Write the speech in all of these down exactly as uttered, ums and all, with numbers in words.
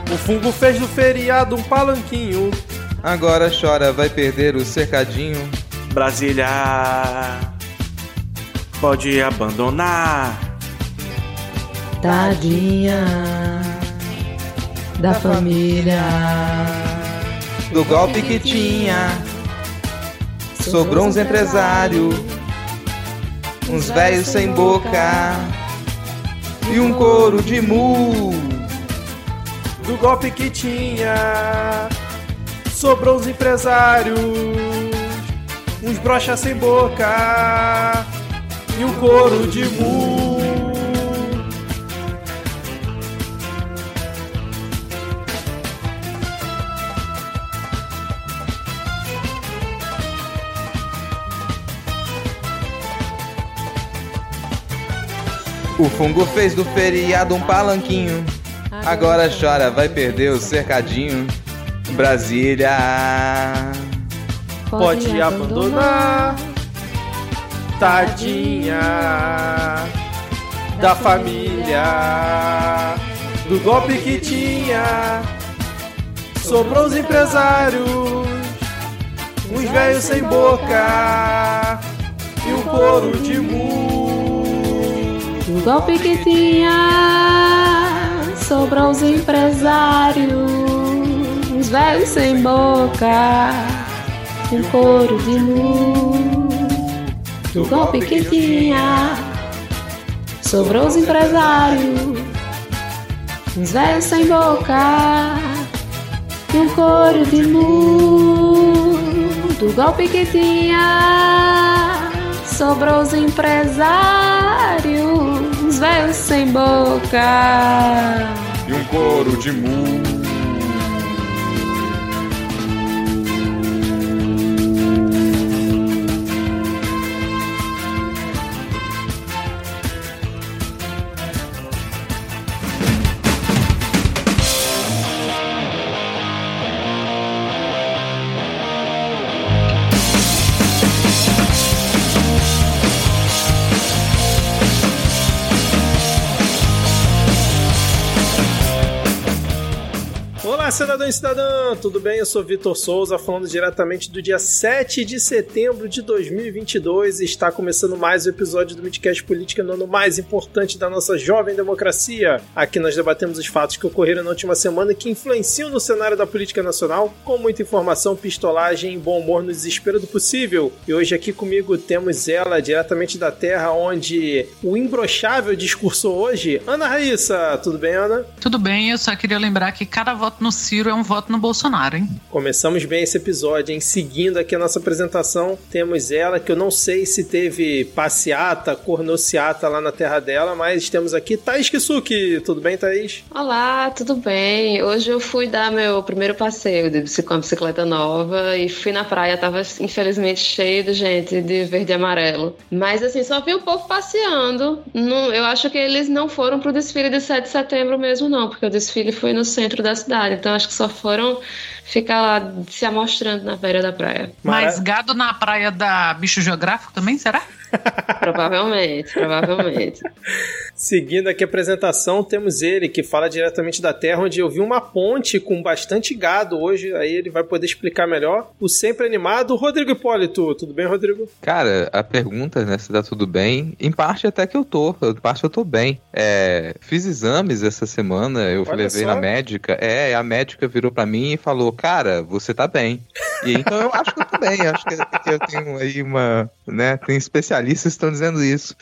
O fungo fez do feriado um palanquinho. Agora chora, vai perder o cercadinho. Brasília pode abandonar. Tadinha da família. Do golpe que tinha, sobrou uns empresários, uns velhos sem boca e um couro de mu. Do golpe que tinha, sobrou uns empresários, uns brochas sem boca e um couro de mu. O fungo fez do feriado um palanquinho. Agora chora, vai perder o cercadinho. Brasília pode abandonar. Tadinha da família. Do golpe que tinha, sobrou os empresários, uns velhos sem boca e um couro de mu. O golpe que tinha, sobrou os empresários, uns velhos sem boca, um couro de mu. O golpe que tinha, sobrou os empresários, uns velhos sem boca, um couro de mu. Do golpe que tinha, sobrou os empresários, uns velhos sem boca e um couro de mu. Olá, cidadão e cidadã, tudo bem? Eu sou Vitor Souza, falando diretamente do dia sete de setembro de dois mil e vinte e dois. Está começando mais um episódio do Midcast Política no ano mais importante da nossa jovem democracia. Aqui nós debatemos os fatos que ocorreram na última semana e que influenciam no cenário da política nacional, com muita informação, pistolagem e bom humor no desespero do possível. E hoje aqui comigo temos ela, diretamente da terra onde o imbrochável discursou hoje, Ana Raíssa. Tudo bem, Ana? Tudo bem, eu só queria lembrar que cada voto no Ciro é um voto no Bolsonaro, hein? Começamos bem esse episódio, hein? Seguindo aqui a nossa apresentação, temos ela, que eu não sei se teve passeata, cornociata lá na terra dela, mas temos aqui Thaís Kisuki. Tudo bem, Thaís? Olá, tudo bem? Hoje eu fui dar meu primeiro passeio de com a bicicleta nova e fui na praia, tava infelizmente cheio de gente de verde e amarelo. Mas assim, só vi o povo passeando. Não, eu acho que eles não foram pro desfile de sete de setembro mesmo não, porque o desfile foi no centro da cidade. Então acho que só foram ficar lá se amostrando na beira da praia. Mas gado na praia da Bicho Geográfico também, será? Provavelmente, provavelmente. Seguindo aqui a apresentação, temos ele, que fala diretamente da terra, onde eu vi uma ponte com bastante gado hoje, aí ele vai poder explicar melhor. O sempre animado Rodrigo Hipólito. Tudo bem, Rodrigo? Cara, a pergunta, né, se tá tudo bem, em parte até que eu tô, em parte eu tô bem. É, fiz exames essa semana, eu Olha levei só. na médica, é, a médica virou pra mim e falou, cara, você tá bem. E então eu acho que eu tô bem, acho que, que eu tenho aí uma, né, tem especialistas que estão dizendo isso,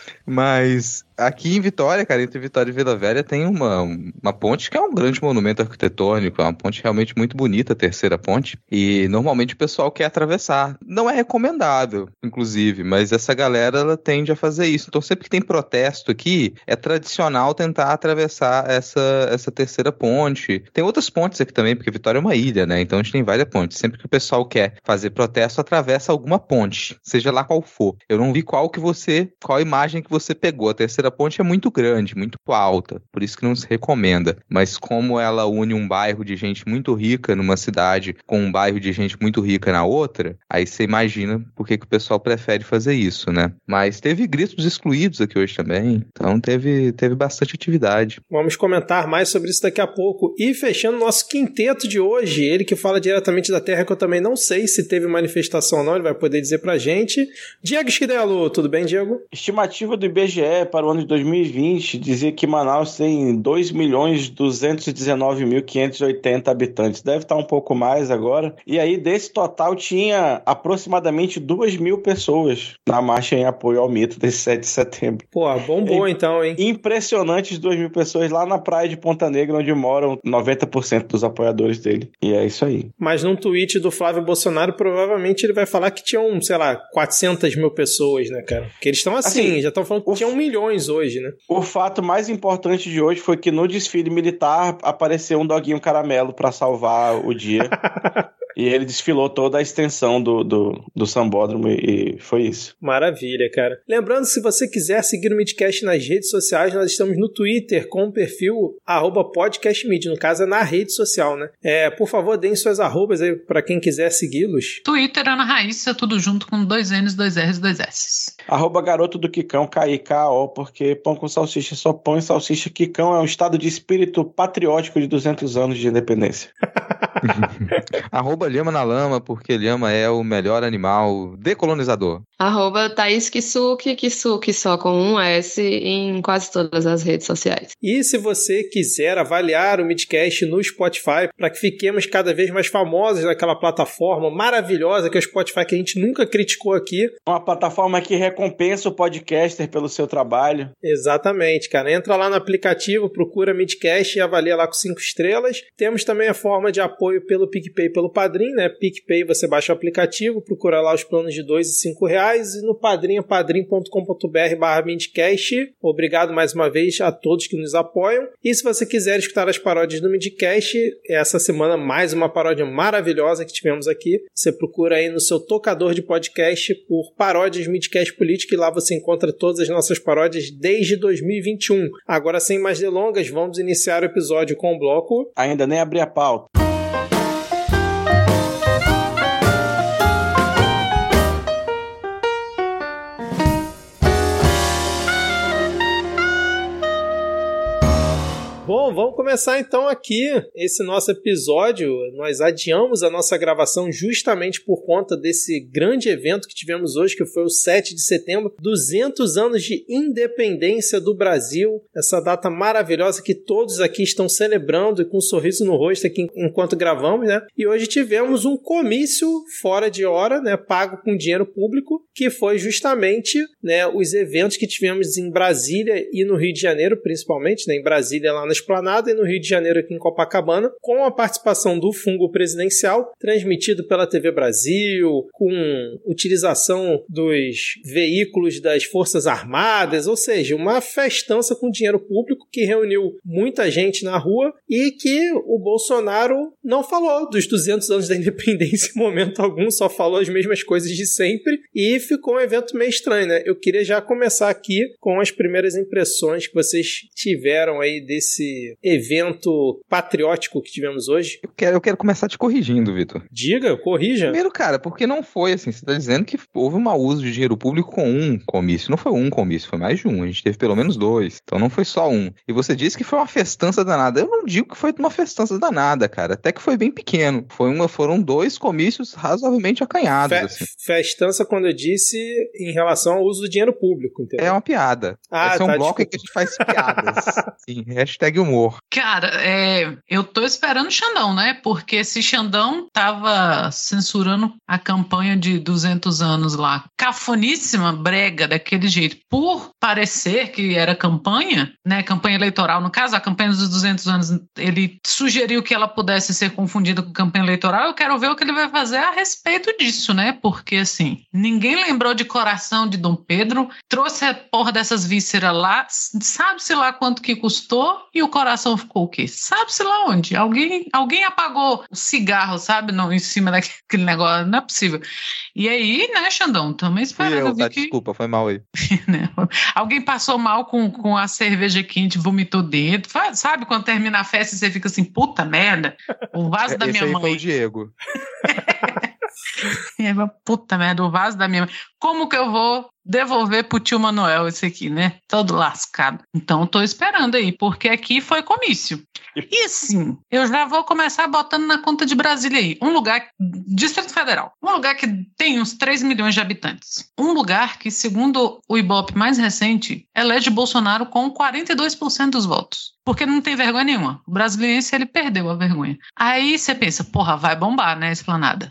mas aqui em Vitória, cara, entre Vitória e Vila Velha tem uma, uma ponte que é um grande monumento arquitetônico, é uma ponte realmente muito bonita, a terceira ponte, e normalmente o pessoal quer atravessar. Não é recomendável, inclusive, mas essa galera, ela tende a fazer isso. Então sempre que tem protesto aqui, é tradicional tentar atravessar essa, essa terceira ponte. Tem outras pontes aqui também, porque Vitória é uma ilha, né? Então a gente tem várias pontes. Sempre que o pessoal quer fazer protesto, atravessa alguma ponte, seja lá qual for. Eu não vi qual que você, qual imagem que você pegou. A terceira terceira ponte é muito grande, muito alta, por isso que não se recomenda. Mas como ela une um bairro de gente muito rica numa cidade com um bairro de gente muito rica na outra, aí você imagina por que que o pessoal prefere fazer isso, né? Mas teve gritos excluídos aqui hoje também, então teve, teve bastante atividade. Vamos comentar mais sobre isso daqui a pouco. E fechando nosso quinteto de hoje, ele que fala diretamente da Terra, que eu também não sei se teve manifestação ou não, ele vai poder dizer pra gente. Diego Schidelo, tudo bem, Diego? Estimativa do I B G E para o ano de dois mil e vinte dizia que Manaus tem dois milhões duzentos e dezenove mil quinhentos e oitenta habitantes. Deve estar um pouco mais agora. E aí, desse total, tinha aproximadamente duas mil pessoas na marcha em apoio ao mito desse sete de setembro. Pô, bombou é, então, hein? Impressionantes duas mil pessoas lá na praia de Ponta Negra, onde moram noventa por cento dos apoiadores dele. E é isso aí. Mas num tweet do Flávio Bolsonaro, provavelmente ele vai falar que tinham, sei lá, quatrocentas mil pessoas, né, cara? Porque eles estão assim, assim, já estão falando que o, tinham milhões hoje, né? O fato mais importante de hoje foi que no desfile militar apareceu um doguinho caramelo pra salvar o dia. E ele desfilou toda a extensão do, do, do sambódromo e, e foi isso. Maravilha, cara. Lembrando, se você quiser seguir o Midcast nas redes sociais, nós estamos no Twitter com o perfil arroba podcastmid, no caso é na rede social, né? É, por favor, deem suas arrobas aí pra quem quiser segui-los. Twitter, Ana Raíssa, tudo junto com dois N's, dois R's, dois S. Arroba garoto do Quicão, K I K O, porque pão com salsicha só pão e salsicha. Quicão é um estado de espírito patriótico de duzentos anos de independência. Arroba Lhama na Lama, porque Lhama é o melhor animal decolonizador. Arroba Thaís Kisuki, Kisuki só com um S em quase todas as redes sociais. E se você quiser avaliar o Midcast no Spotify, para que fiquemos cada vez mais famosos naquela plataforma maravilhosa que é o Spotify, que a gente nunca criticou aqui. Uma plataforma que recompensa o podcaster pelo seu trabalho. Exatamente, cara. Entra lá no aplicativo, procura Midcast e avalia lá com cinco estrelas. Temos também a forma de apoio pelo PicPay e pelo Padrim, né? PicPay você baixa o aplicativo, procura lá os planos de dois e cinco reais e no Padrim é padrim ponto com ponto b r barra Midcast. Obrigado mais uma vez a todos que nos apoiam. E se você quiser escutar as paródias do Midcast, essa semana mais uma paródia maravilhosa que tivemos aqui. Você procura aí no seu tocador de podcast por Paródias Midcast Política e lá você encontra todas as nossas paródias desde dois mil e vinte e um. Agora, sem mais delongas, vamos iniciar o episódio com o bloco... Ainda nem abri a pauta. Bom, vamos começar então aqui esse nosso episódio. Nós adiamos a nossa gravação justamente por conta desse grande evento que tivemos hoje, que foi o sete de setembro, duzentos anos de independência do Brasil, essa data maravilhosa que todos aqui estão celebrando e com um sorriso no rosto aqui enquanto gravamos, né? E hoje tivemos um comício fora de hora, né, pago com dinheiro público, que foi justamente, né, os eventos que tivemos em Brasília e no Rio de Janeiro, principalmente, né, em Brasília lá na Esplanada e no Rio de Janeiro aqui em Copacabana, com a participação do Fungo Presidencial, transmitido pela T V Brasil, com utilização dos veículos das Forças Armadas, ou seja, uma festança com dinheiro público que reuniu muita gente na rua e que o Bolsonaro não falou dos duzentos anos da independência em momento algum, só falou as mesmas coisas de sempre e ficou um evento meio estranho, né? Eu queria já começar aqui com as primeiras impressões que vocês tiveram aí desse evento patriótico que tivemos hoje. Eu quero, eu quero começar te corrigindo, Vitor. Diga, corrija. Primeiro, cara, porque não foi assim, você tá dizendo que houve um mau uso de dinheiro público com um comício. Não foi um comício, foi mais de um. A gente teve pelo menos dois. Então não foi só um. E você disse que foi uma festança danada. Eu não digo que foi uma festança danada, cara. Até que foi bem pequeno. Foi uma, foram dois comícios razoavelmente acanhados. Fe- assim. Festança, quando eu disse, em relação ao uso do dinheiro público, entendeu? É uma piada. Ah, Esse é um tá, bloco em que a gente faz piadas. Sim, hashtag humor. Cara, é, eu tô esperando o Xandão, né? Porque se Xandão tava censurando a campanha de duzentos anos lá, cafoníssima, brega, daquele jeito, por parecer que era campanha, né? Campanha eleitoral, no caso, a campanha dos duzentos anos, ele sugeriu que ela pudesse ser confundida com campanha eleitoral. Eu quero ver o que ele vai fazer a respeito disso, né? Porque, assim, ninguém lembrou de Coração de Dom Pedro, trouxe a porra dessas vísceras lá, sabe-se lá quanto que custou, e o coração ficou o quê? Sabe-se lá onde? Alguém, alguém apagou o cigarro, sabe? No, em cima daquele negócio. Não é possível. E aí, né, Xandão? Também esperando. Eu, tá, que... desculpa, foi mal aí. né? Alguém passou mal com, com a cerveja quente, vomitou dentro. Sabe quando termina a festa e você fica assim, puta merda? O vaso da Esse minha aí mãe. Foi o Diego. É, puta merda, o vaso da minha mãe. Como que eu vou devolver pro tio Manuel esse aqui, né? Todo lascado. Então, tô esperando aí, porque aqui foi comício. E assim, eu já vou começar botando na conta de Brasília aí. Um lugar, Distrito Federal, um lugar que tem uns três milhões de habitantes. Um lugar que, segundo o Ibope mais recente, elege Bolsonaro com quarenta e dois por cento dos votos. Porque não tem vergonha nenhuma. O brasiliense, ele perdeu a vergonha. Aí você pensa, porra, vai bombar, né, Esplanada?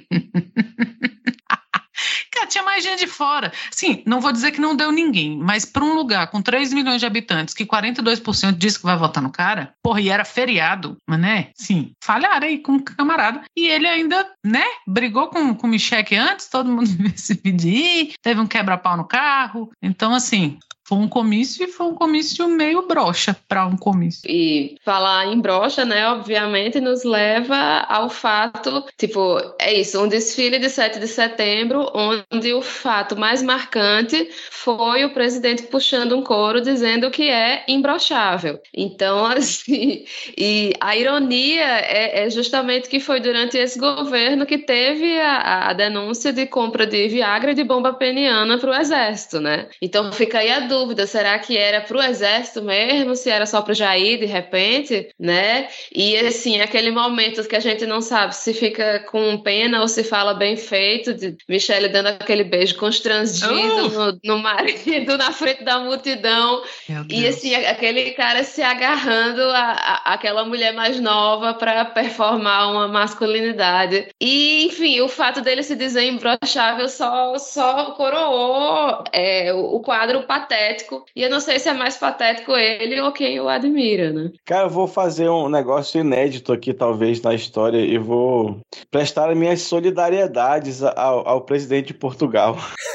Cara, tinha mais gente de fora. Sim, não vou dizer que não deu ninguém, mas para um lugar com três milhões de habitantes, que quarenta e dois por cento diz que vai votar no cara, porra, e era feriado, mas né? Sim, falharam aí com o camarada. E ele ainda, né, brigou com, com o Michele antes, todo mundo viu esse vídeo, teve um quebra-pau no carro. Então, assim... Foi um comício e foi um comício meio broxa para um comício. E falar em broxa, né, obviamente nos leva ao fato, tipo, é isso, um desfile de sete de setembro, onde o fato mais marcante foi o presidente puxando um coro dizendo que é imbrochável. Então, assim, e a ironia é, é justamente que foi durante esse governo que teve a, a denúncia de compra de Viagra e de bomba peniana para o Exército, né? Então fica aí a dúvida. Dúvida, será que era pro Exército mesmo, se era só pro Jair de repente, né? E assim, aquele momento que a gente não sabe se fica com pena ou se fala bem feito, de Michele dando aquele beijo constrangido uh! no, no marido na frente da multidão, e assim, aquele cara se agarrando a, a, aquela mulher mais nova para performar uma masculinidade. E enfim, o fato dele se dizer imbrochável só, só coroou é, o, o quadro patético. E eu não sei se é mais patético ele ou quem o admira, né? Cara, eu vou fazer um negócio inédito aqui, talvez, na história, e vou prestar minhas solidariedades ao, ao presidente de Portugal,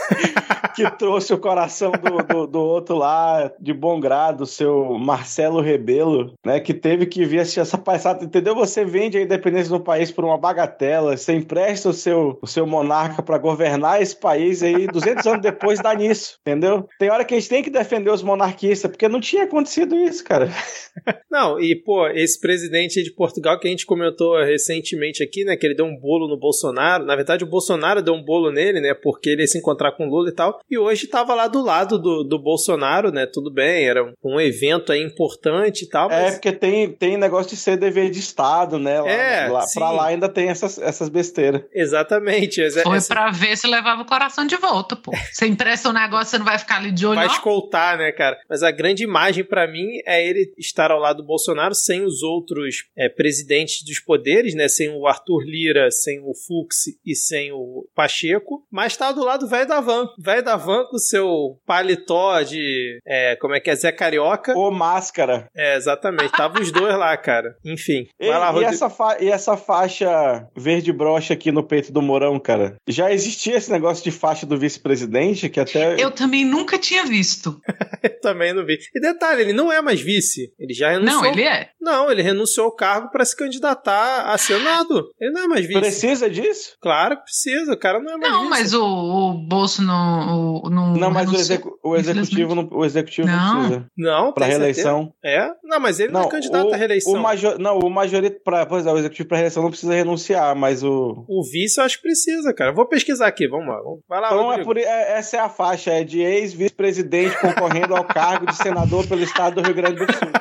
que trouxe o coração do, do, do outro lá, de bom grado, o seu Marcelo Rebelo, né, que teve que vir assistir essa passada, entendeu? Você vende a independência do país por uma bagatela, você empresta o seu, o seu monarca para governar esse país, e aí duzentos anos depois dá nisso, entendeu? Tem hora que a gente tem que defender os monarquistas, porque não tinha acontecido isso, cara. Não, e pô, esse presidente de Portugal que a gente comentou recentemente aqui, né, que ele deu um bolo no Bolsonaro, na verdade o Bolsonaro deu um bolo nele, né, porque ele ia se encontrar com o Lula e tal, e hoje tava lá do lado do, do Bolsonaro, né, tudo bem, era um, um evento aí importante e tal, mas... É, porque tem, tem negócio de ser dever de Estado, né, lá, é, lá, pra lá ainda tem essas, essas besteiras. Exatamente. Foi essa... pra ver se levava o coração de volta, pô. Você empresta um negócio, você não vai ficar ali de olho, vai não? escoltar, né, cara? Mas a grande imagem pra mim é ele estar ao lado do Bolsonaro sem os outros é, presidentes dos poderes, né? Sem o Arthur Lira, sem o Fux e sem o Pacheco, mas tá do lado do velho da van. Velho da van com o seu paletó de, é, como é que é, Zé Carioca. Ou máscara. É, exatamente. Tava os dois lá, cara. Enfim. E, vai lá, e, essa fa- e essa faixa verde broxa aqui no peito do Mourão, cara? Já existia esse negócio de faixa do vice-presidente, que até... Eu também nunca tinha visto. Eu também não vi. E detalhe, ele não é mais vice. Ele já renunciou. Não, ele é. Não, ele renunciou ao cargo para se candidatar a Senado. Ele não é mais vice. Precisa disso? Claro que precisa. O cara não é mais não, vice. Mas o, o Bolso não... O, não, não, mas o, execu- o executivo, não, o executivo não, não precisa. Não, para reeleição. É? Não, mas ele não, não é candidato o, à reeleição. O major, não, o majoritário, pois é, o executivo para reeleição não precisa renunciar, mas o... O vice eu acho que precisa, cara. Vou pesquisar aqui, vamos lá. Vamos... Vai lá, então é por, é, essa é a faixa, é de ex-vice-presidente concorrendo ao cargo de senador pelo estado do Rio Grande do Sul.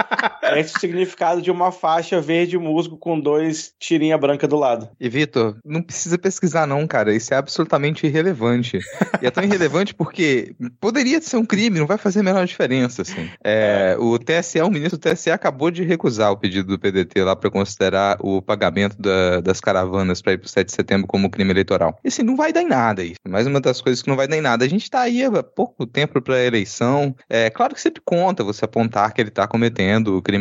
Esse é o significado de uma faixa verde musgo com dois tirinha branca do lado. E, Vitor, não precisa pesquisar não, cara. Isso é absolutamente irrelevante. E é tão irrelevante porque poderia ser um crime, não vai fazer a menor diferença, assim. É, o T S E, o ministro do T S E acabou de recusar o pedido do P D T lá para considerar o pagamento da, das caravanas para ir pro sete de setembro como crime eleitoral. E assim, não vai dar em nada isso. Mais uma das coisas que não vai dar em nada. A gente tá aí há pouco tempo pra eleição. É claro que sempre conta você apontar que ele tá cometendo o crime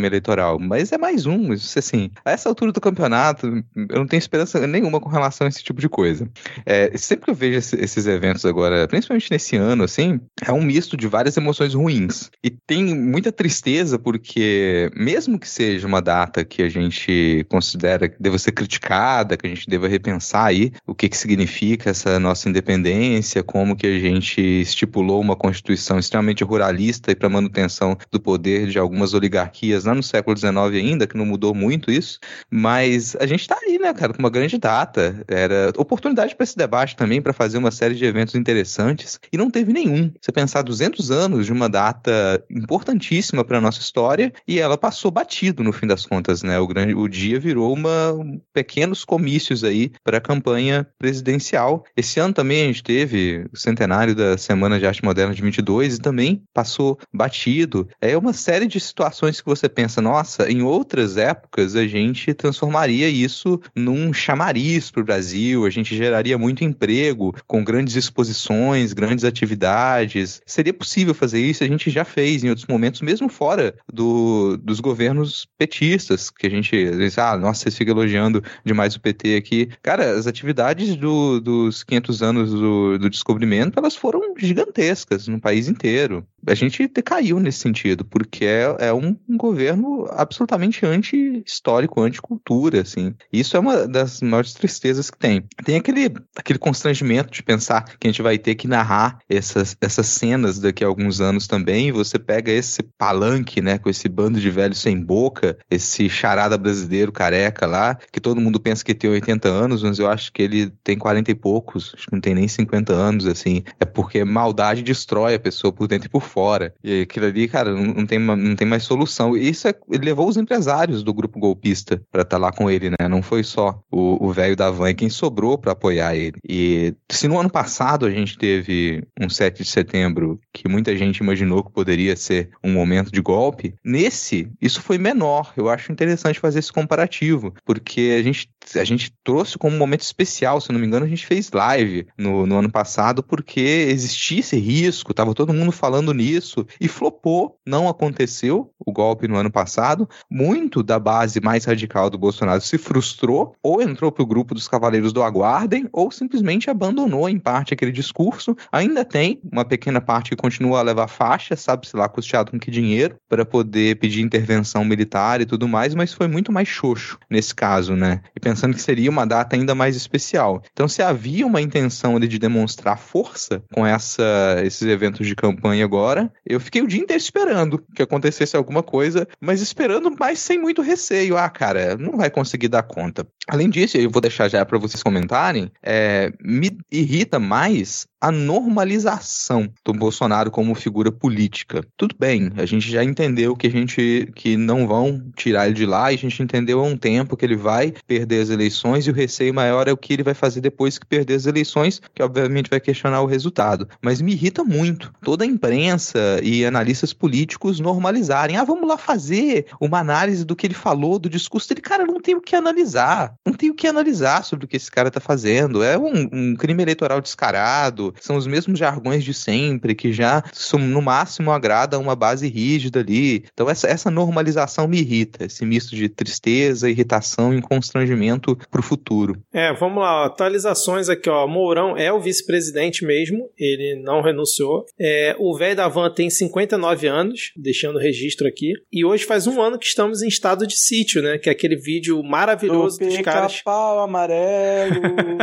eleitoral, mas é mais um, isso, assim, a essa altura do campeonato, eu não tenho esperança nenhuma com relação a esse tipo de coisa. É, sempre que eu vejo esse, esses eventos agora, principalmente nesse ano, assim, é um misto de várias emoções ruins. E tem muita tristeza porque, mesmo que seja uma data que a gente considera que deva ser criticada, que a gente deva repensar aí o que que significa essa nossa independência, como que a gente estipulou uma constituição extremamente ruralista e para manutenção do poder de algumas oligarquias lá no século dezenove ainda, que não mudou muito isso, mas a gente tá aí, né, cara, com uma grande data. Era oportunidade para esse debate também, para fazer uma série de eventos interessantes, e não teve nenhum. Você pensar duzentos anos de uma data importantíssima para nossa história, e ela passou batido no fim das contas, né? O, grande, o dia virou uma pequenos comícios aí para a campanha presidencial. Esse ano também a gente teve o centenário da Semana de Arte Moderna de vinte e dois e também passou batido. É uma série de situações que você pensa, nossa, em outras épocas a gente transformaria isso num chamariz para o Brasil, a gente geraria muito emprego com grandes exposições, grandes atividades. Seria possível fazer isso, a gente já fez em outros momentos, mesmo fora do, dos governos petistas, que a gente diz, ah, nossa, vocês ficam elogiando demais o P T aqui. Cara, as atividades do, dos quinhentos anos do, do descobrimento, elas foram gigantescas no país inteiro. A gente decaiu nesse sentido, porque é, é um, um governo absolutamente anti-histórico, anti-cultura, assim. Isso é uma das maiores tristezas que tem. Tem aquele, aquele constrangimento de pensar que a gente vai ter que narrar essas, essas cenas daqui a alguns anos também, e você pega esse palanque, né, com esse bando de velhos sem boca, esse charada brasileiro careca lá, que todo mundo pensa que tem oitenta anos, mas eu acho que ele tem quarenta e poucos, acho que não tem nem cinquenta anos, assim. É porque maldade destrói a pessoa por dentro e por fora. E aquilo ali, cara, não, não, tem, não tem mais solução. E isso é, ele levou os empresários do grupo golpista pra estar lá com ele, né? Não foi só o velho da van, quem sobrou pra apoiar ele. E se no ano passado a gente teve um sete de setembro que muita gente imaginou que poderia ser um momento de golpe, nesse, isso foi menor. Eu acho interessante fazer esse comparativo, porque a gente, a gente trouxe como um momento especial, se não me engano, a gente fez live no, no ano passado, porque existia esse risco, tava todo mundo falando nisso, e flopou, não aconteceu o golpe no ano passado. Muito da base mais radical do Bolsonaro se frustrou, ou entrou pro grupo dos Cavaleiros do Aguardem, ou simplesmente abandonou em parte aquele discurso. Ainda tem uma pequena parte que continua a levar faixa, sabe-se lá custeado com que dinheiro, para poder pedir intervenção militar e tudo mais, mas foi muito mais xoxo nesse caso, né? E pensando que seria uma data ainda mais especial. Então, se havia uma intenção ali de demonstrar força com essa, esses eventos de campanha agora, eu fiquei o dia inteiro esperando que acontecesse alguma coisa, mas esperando, mas sem muito receio. Ah, cara, não vai conseguir dar conta. Além disso, eu vou deixar já para vocês comentarem, é, me irrita mais a normalização do Bolsonaro como figura política. Tudo bem, a gente já entendeu que a gente que não vão tirar ele de lá, e a gente entendeu há um tempo que ele vai perder as eleições, e o receio maior é o que ele vai fazer depois que perder as eleições, que obviamente vai questionar o resultado. Mas me irrita muito toda a imprensa e analistas políticos normalizarem. Ah, vamos lá fazer uma análise do que ele falou, do discurso dele. Cara, não tem o que analisar. Não tem o que analisar sobre o que esse cara tá fazendo. É um, um crime eleitoral descarado, são os mesmos jargões de sempre, que já no máximo agrada uma base rígida ali. Então essa, essa normalização me irrita, esse misto de tristeza, irritação e constrangimento pro futuro. É, vamos lá, ó, atualizações aqui, ó. Mourão é o vice-presidente mesmo, ele não renunciou. É, o velho da van tem cinquenta e nove anos, deixando o registro aqui, e hoje faz um ano que estamos em estado de sítio, né, que é aquele vídeo maravilhoso dos caras... Pica-pau amarelo,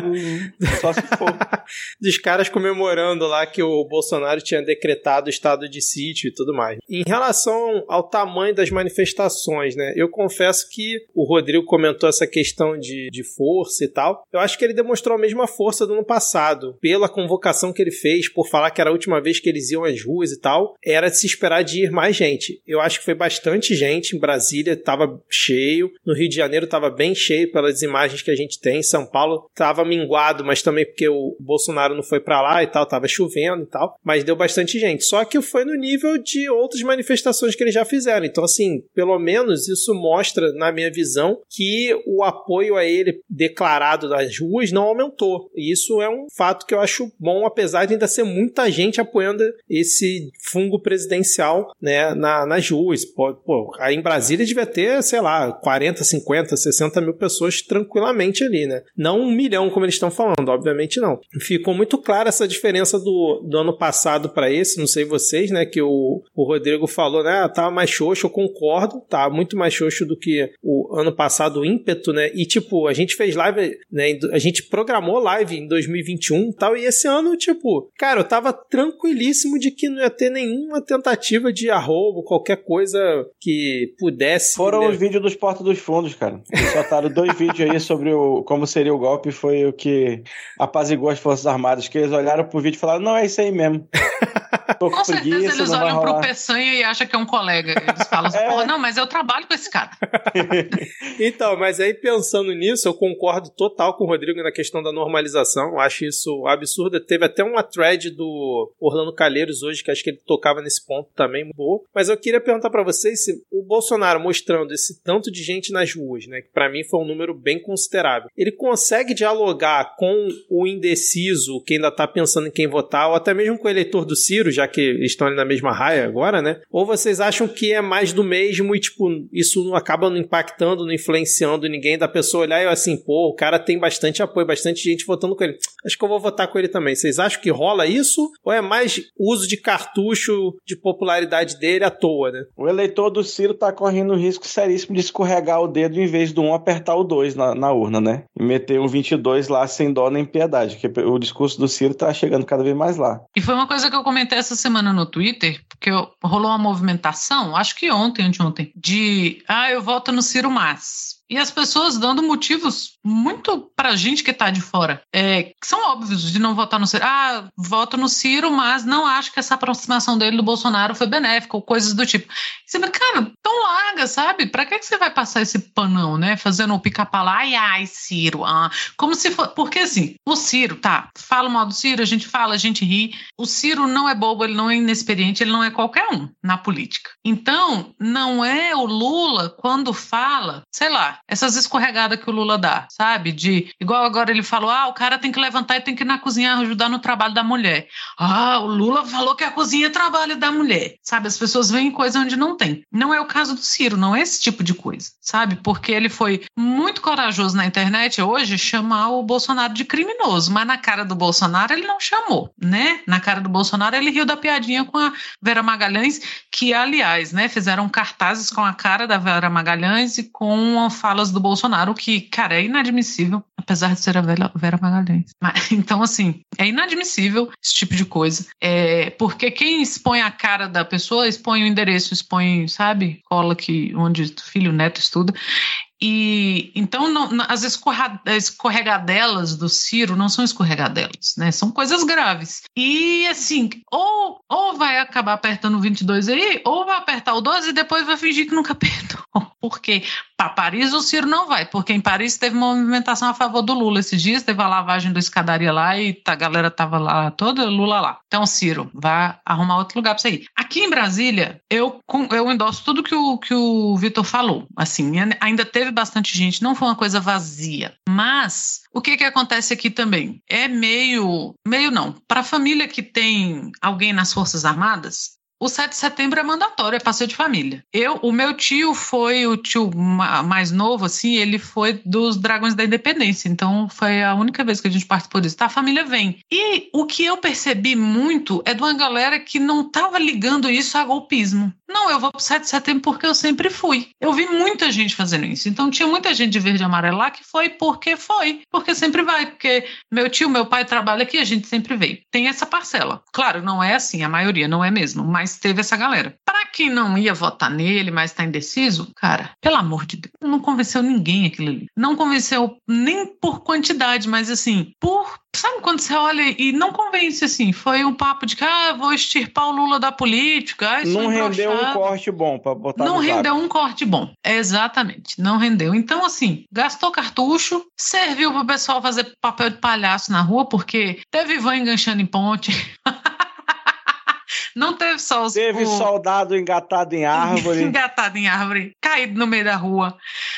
só se for. Dos caras comemorando lá que o Bolsonaro tinha decretado o estado de sítio e tudo mais. Em relação ao tamanho das manifestações, né, eu confesso que o Rodrigo comentou essa questão de, de força e tal. Eu acho que ele demonstrou a mesma força do ano passado, pela convocação que ele fez, por falar que era a última vez que eles iam às ruas e tal, era de se esperar de ir mais gente. Eu acho que foi bastante gente. Em Brasília estava cheio, no Rio de Janeiro estava bem cheio pelas imagens que a gente tem, em São Paulo estava minguado, mas também porque o Bolsonaro não foi pra lá e tal, tava chovendo e tal, mas deu bastante gente. Só que foi no nível de outras manifestações que eles já fizeram. Então, assim, pelo menos isso mostra, na minha visão, que o apoio a ele declarado das ruas não aumentou. E isso é um fato que eu acho bom, apesar de ainda ser muita gente apoiando esse fungo presidencial, né, na, nas ruas. Pô, pô, aí em Brasília devia ter, sei lá, quarenta, cinquenta, sessenta mil pessoas tranquilamente ali, né? Não um milhão, como eles estão falando, obviamente não. Ficou muito clara essa diferença do, do ano passado para esse, não sei vocês, né, que o, o Rodrigo falou, né, tava mais xoxo, eu concordo, tá muito mais xoxo do que o ano passado, o ímpeto, né, e tipo, a gente fez live, né, a gente programou live em dois mil e vinte e um e tal, e esse ano, tipo, cara, eu tava tranquilíssimo de que não ia ter nenhuma tentativa de arrobo, qualquer coisa que pudesse... Foram né? os vídeos dos Porta dos Fundos, cara. Eles soltaram dois vídeos aí sobre o, como seria o golpe, foi o que apaziguou as Forças Armadas, que eles olharam pro vídeo e falaram, não, é isso aí mesmo. Tô com, com certeza preguiça, eles olham pro Peçanha e acham que é um colega. Eles falam assim, é. Pô, não, mas eu trabalho com esse cara. Então, mas aí pensando nisso, eu concordo total com o Rodrigo na questão da normalização. Eu acho isso absurdo. Teve até uma thread do Orlando Calheiros hoje, que acho que ele tocava nesse ponto também, boa. Mas eu queria perguntar pra vocês se o Bolsonaro mostrando esse tanto de gente nas ruas, né, que pra mim foi um número bem considerável, ele consegue dialogar com o indeciso, que ainda tá pensando em quem votar, ou até mesmo com o eleitor do Ciro, já que estão ali na mesma raia agora, né? Ou vocês acham que é mais do mesmo e, tipo, isso não acaba não impactando, não influenciando ninguém, da pessoa olhar e assim, pô, o cara tem bastante apoio, bastante gente votando com ele. Acho que eu vou votar com ele também. Vocês acham que rola isso? Ou é mais uso de cartucho de popularidade dele à toa, né? O eleitor do Ciro tá correndo o risco seríssimo de escorregar o dedo em vez do um apertar o dois na, na urna, né? E meter um vinte e dois lá sem dó nem piedade, que o discurso do Ciro tá chegando cada vez mais lá. E foi uma coisa que eu comentei essa semana no Twitter, porque rolou uma movimentação, acho que ontem, anteontem, de, ah, eu voto no Ciro Mas. E as pessoas dando motivos muito pra gente que tá de fora, é, que são óbvios de não votar no Ciro. Ah, voto no Ciro, mas não acho que essa aproximação dele do Bolsonaro foi benéfica, ou coisas do tipo. Você fala, cara, tão larga, sabe? Pra que, que você vai passar esse panão, né? Fazendo o pica-pau lá, ai, ai, Ciro, ah. Como se for... Porque assim, o Ciro, tá, fala mal do Ciro, a gente fala, a gente ri. O Ciro não é bobo, ele não é inexperiente, ele não é qualquer um na política. Então, não é o Lula quando fala, sei lá, essas escorregadas que o Lula dá, sabe? De, igual agora ele falou, ah, o cara tem que levantar e tem que ir na cozinha ajudar no trabalho da mulher. Ah, o Lula falou que a cozinha é trabalho da mulher, sabe? As pessoas veem coisa onde não tem. Não é o caso do Ciro, não é esse tipo de coisa, sabe? Porque ele foi muito corajoso na internet hoje chamar o Bolsonaro de criminoso, mas na cara do Bolsonaro ele não chamou, né? Na cara do Bolsonaro ele riu da piadinha com a Vera Magalhães, que, aliás, né, fizeram cartazes com a cara da Vera Magalhães e com falas do Bolsonaro, que, cara, é inadmissível, apesar de ser a Vera Magalhães. Mas, então, assim, é inadmissível esse tipo de coisa. É, porque quem expõe a cara da pessoa, expõe o endereço, expõe, sabe, cola que, onde filho, neto estuda. E então não, as escorregadelas do Ciro não são escorregadelas, né? São coisas graves. E assim, ou, ou vai acabar apertando o vinte e dois aí, ou vai apertar o doze e depois vai fingir que nunca apertou. Porque para Paris o Ciro não vai, porque em Paris teve uma movimentação a favor do Lula esses dias, teve a lavagem da escadaria lá e a galera tava lá toda, Lula lá. Então, Ciro, vai arrumar outro lugar para você ir. Aqui em Brasília, eu, eu endosso tudo que o, que o Vitor falou. Assim, ainda teve bastante gente, não foi uma coisa vazia. Mas o que que acontece aqui também? É meio, meio não, para a família que tem alguém nas Forças Armadas, o sete de setembro é mandatório, é passeio de família. Eu, o meu tio foi o tio mais novo, assim, ele foi dos Dragões da Independência, então foi a única vez que a gente participou disso. Tá, a família vem. E o que eu percebi muito é de uma galera que não tava ligando isso a golpismo. Não, eu vou pro sete de setembro porque eu sempre fui. Eu vi muita gente fazendo isso. Então tinha muita gente de verde e amarelo lá que foi porque foi. Porque sempre vai. Porque meu tio, meu pai trabalha aqui, a gente sempre veio. Tem essa parcela. Claro, não é assim, a maioria não é mesmo. Mas mas teve essa galera. Para quem não ia votar nele, mas tá indeciso, cara, pelo amor de Deus, não convenceu ninguém aquilo ali. Não convenceu nem por quantidade, mas assim, por... Sabe quando você olha e não convence, assim? Foi um papo de que, ah, vou extirpar o Lula da política. Ah, não rendeu um corte bom pra botar Não no rendeu zap. um corte bom. Exatamente, não rendeu. Então, assim, gastou cartucho, serviu pro pessoal fazer papel de palhaço na rua, porque teve van enganchando em ponte. Não teve só os... Teve o... soldado engatado em árvore. engatado em árvore, caído no meio da rua.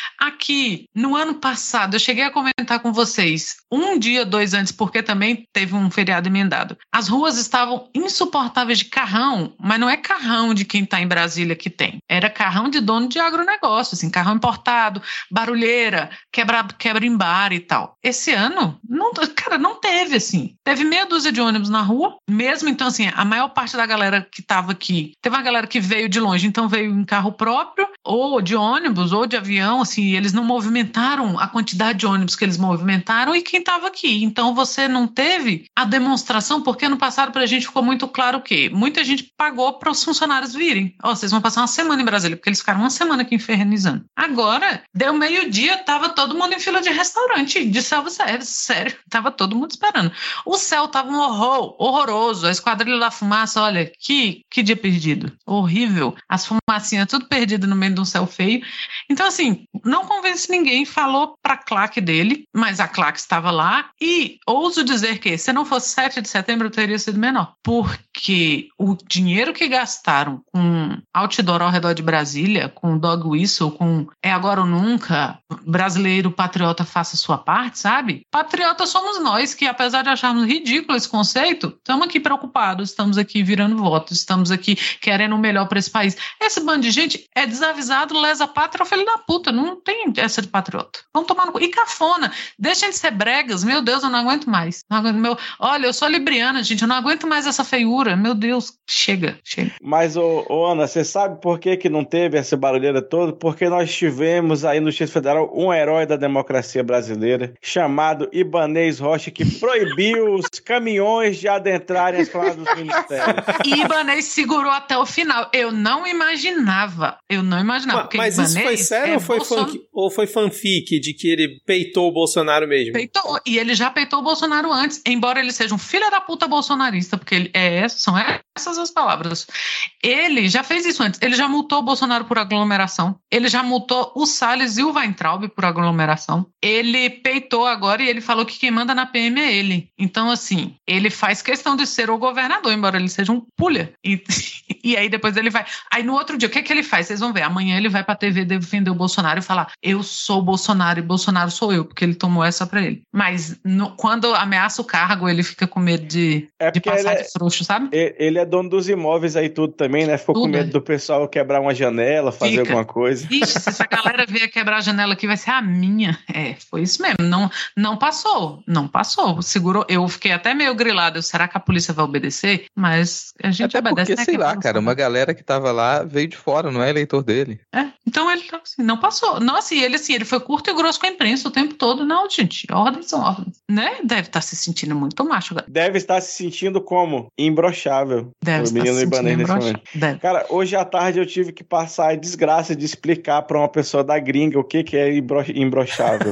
Aqui, no ano passado, eu cheguei a comentar com vocês, um dia, dois antes, porque também teve um feriado emendado. As ruas estavam insuportáveis de carrão, mas não é carrão de quem está em Brasília que tem. Era carrão de dono de agronegócio, assim, carrão importado, barulheira, quebra, quebra em bar e tal. Esse ano, não, cara, não teve, assim. Teve meia dúzia de ônibus na rua, mesmo, então, assim, a maior parte da galera que estava aqui, teve uma galera que veio de longe, então veio em carro próprio, ou de ônibus, ou de avião, assim, eles não movimentaram a quantidade de ônibus que eles movimentaram e quem estava aqui. Então você não teve a demonstração, porque no passado para a gente ficou muito claro que muita gente pagou para os funcionários virem. Ó, oh, vocês vão passar uma semana em Brasília, porque eles ficaram uma semana aqui infernizando. Agora, deu meio-dia, tava todo mundo em fila de restaurante, de self-service, sério, tava todo mundo esperando. O céu tava um horror, horroroso, a Esquadrilha da Fumaça, olha, que, que dia perdido, horrível, as fumacinhas tudo perdido no meio de um céu feio. Então assim, não convence ninguém, falou pra claque dele, mas a claque estava lá e ouso dizer que se não fosse sete de setembro eu teria sido menor, porque o dinheiro que gastaram com outdoor ao redor de Brasília, com dog whistle, com é agora ou nunca, brasileiro patriota faça sua parte, sabe? Patriota somos nós que, apesar de acharmos ridículo esse conceito, estamos aqui preocupados, estamos aqui virando votos, estamos aqui querendo o melhor para esse país. Esse bando de gente é desavisado, lesa pátria, filho da puta, não tem essa de patriota. Vamos tomar no cu. E cafona, deixem de ser bregas, meu Deus, eu não aguento mais. Não aguento, meu... Olha, eu sou libriana, gente, eu não aguento mais essa feiura, meu Deus, chega, chega. Mas, ô, ô Ana, você sabe por que que não teve essa barulheira toda? Porque nós tivemos aí no Distrito Federal um herói da democracia brasileira, chamado Ibanez Rocha, que proibiu os caminhões de adentrarem as planadas dos ministérios. Ibanez segurou até o final. Eu não imaginava, eu não imaginava. Mas, mas isso foi sério é ou, foi Bolson... funk, ou foi fanfic de que ele peitou o Bolsonaro mesmo? Peitou, e ele já peitou o Bolsonaro antes, embora ele seja um filho da puta bolsonarista, porque ele é, são essas as palavras. Ele já fez isso antes, ele já multou o Bolsonaro por aglomeração, ele já multou o Salles e o Weintraub por aglomeração, ele peitou agora e ele falou que quem manda na P M é ele. Então, assim, ele faz questão de ser o governador, embora ele seja um pulha. E, e aí depois ele vai... Aí no outro dia, o que é que ele faz? Vocês vão ver, amanhã ele vai pra T V defender o Bolsonaro e falar, eu sou o Bolsonaro e Bolsonaro sou eu, porque ele tomou essa pra ele. Mas no, quando ameaça o cargo, ele fica com medo de, é de passar é, de frouxo, sabe? Ele é dono dos imóveis aí tudo também, né? Ficou tudo, com medo é. do pessoal quebrar uma janela, fazer fica. alguma coisa. Ixi, se essa galera vier quebrar a janela aqui, vai ser a minha. É, foi isso mesmo. Não, não passou, não passou. Segurou. Eu fiquei até meio grilado. Será que a polícia vai obedecer? Mas a gente até obedece. Porque, sei lá, cara, uma galera que tava lá veio de fora, não é eleitor dele. É, então ele assim, não passou. Nossa, e ele assim, ele foi curto e grosso com a imprensa o tempo todo. Não, gente, ordens são ordens. Né? Deve estar se sentindo muito macho. Galera. Deve estar se sentindo como? Imbrochável. Deve o estar menino se sentindo imbrochável. Deve. Cara, hoje à tarde eu tive que passar a desgraça de explicar pra uma pessoa da gringa o que, que é imbro... imbrochável.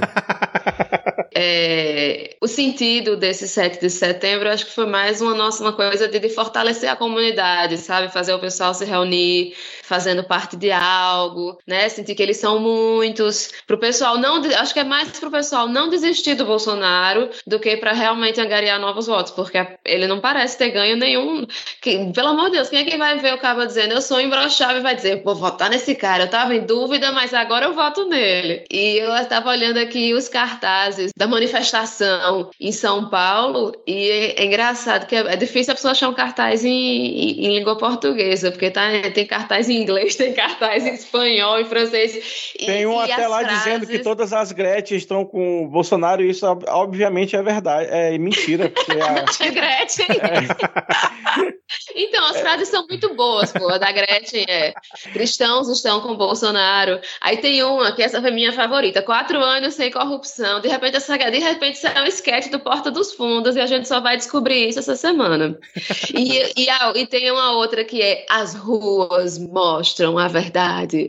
É, o sentido desse sete de setembro, eu acho que foi mais uma nossa uma coisa de, de fortalecer a comunidade, sabe? Fazer o pessoal se reunir, fazendo parte de algo, né? Sentir que eles são muitos. Pro pessoal não, acho que é mais pro pessoal não desistir do Bolsonaro do que para realmente angariar novos votos, porque ele não parece ter ganho nenhum. Que, pelo amor de Deus, quem é que vai ver o cara dizendo eu sou imbrochável e vai dizer, vou votar nesse cara, eu tava em dúvida, mas agora eu voto nele. E eu estava olhando aqui os cartazes da manifestação em São Paulo e é, é engraçado que é, é difícil a pessoa achar um cartaz em, em, em língua portuguesa, porque tá, tem cartaz em inglês, tem cartaz em espanhol, em francês. Tem e, um e até lá frases... dizendo que todas as Gretchen estão com o Bolsonaro e isso obviamente é verdade, é mentira. Porque a... é Gretchen. É. Então, as frases são muito boas, pô. A da Gretchen é cristãos estão com Bolsonaro. Aí tem uma, que essa foi minha favorita, quatro anos sem corrupção. De repente essa pensar que de repente isso é um esquete do Porta dos Fundos e a gente só vai descobrir isso essa semana. E, e, a, e tem uma outra que é As Ruas Mostram a Verdade.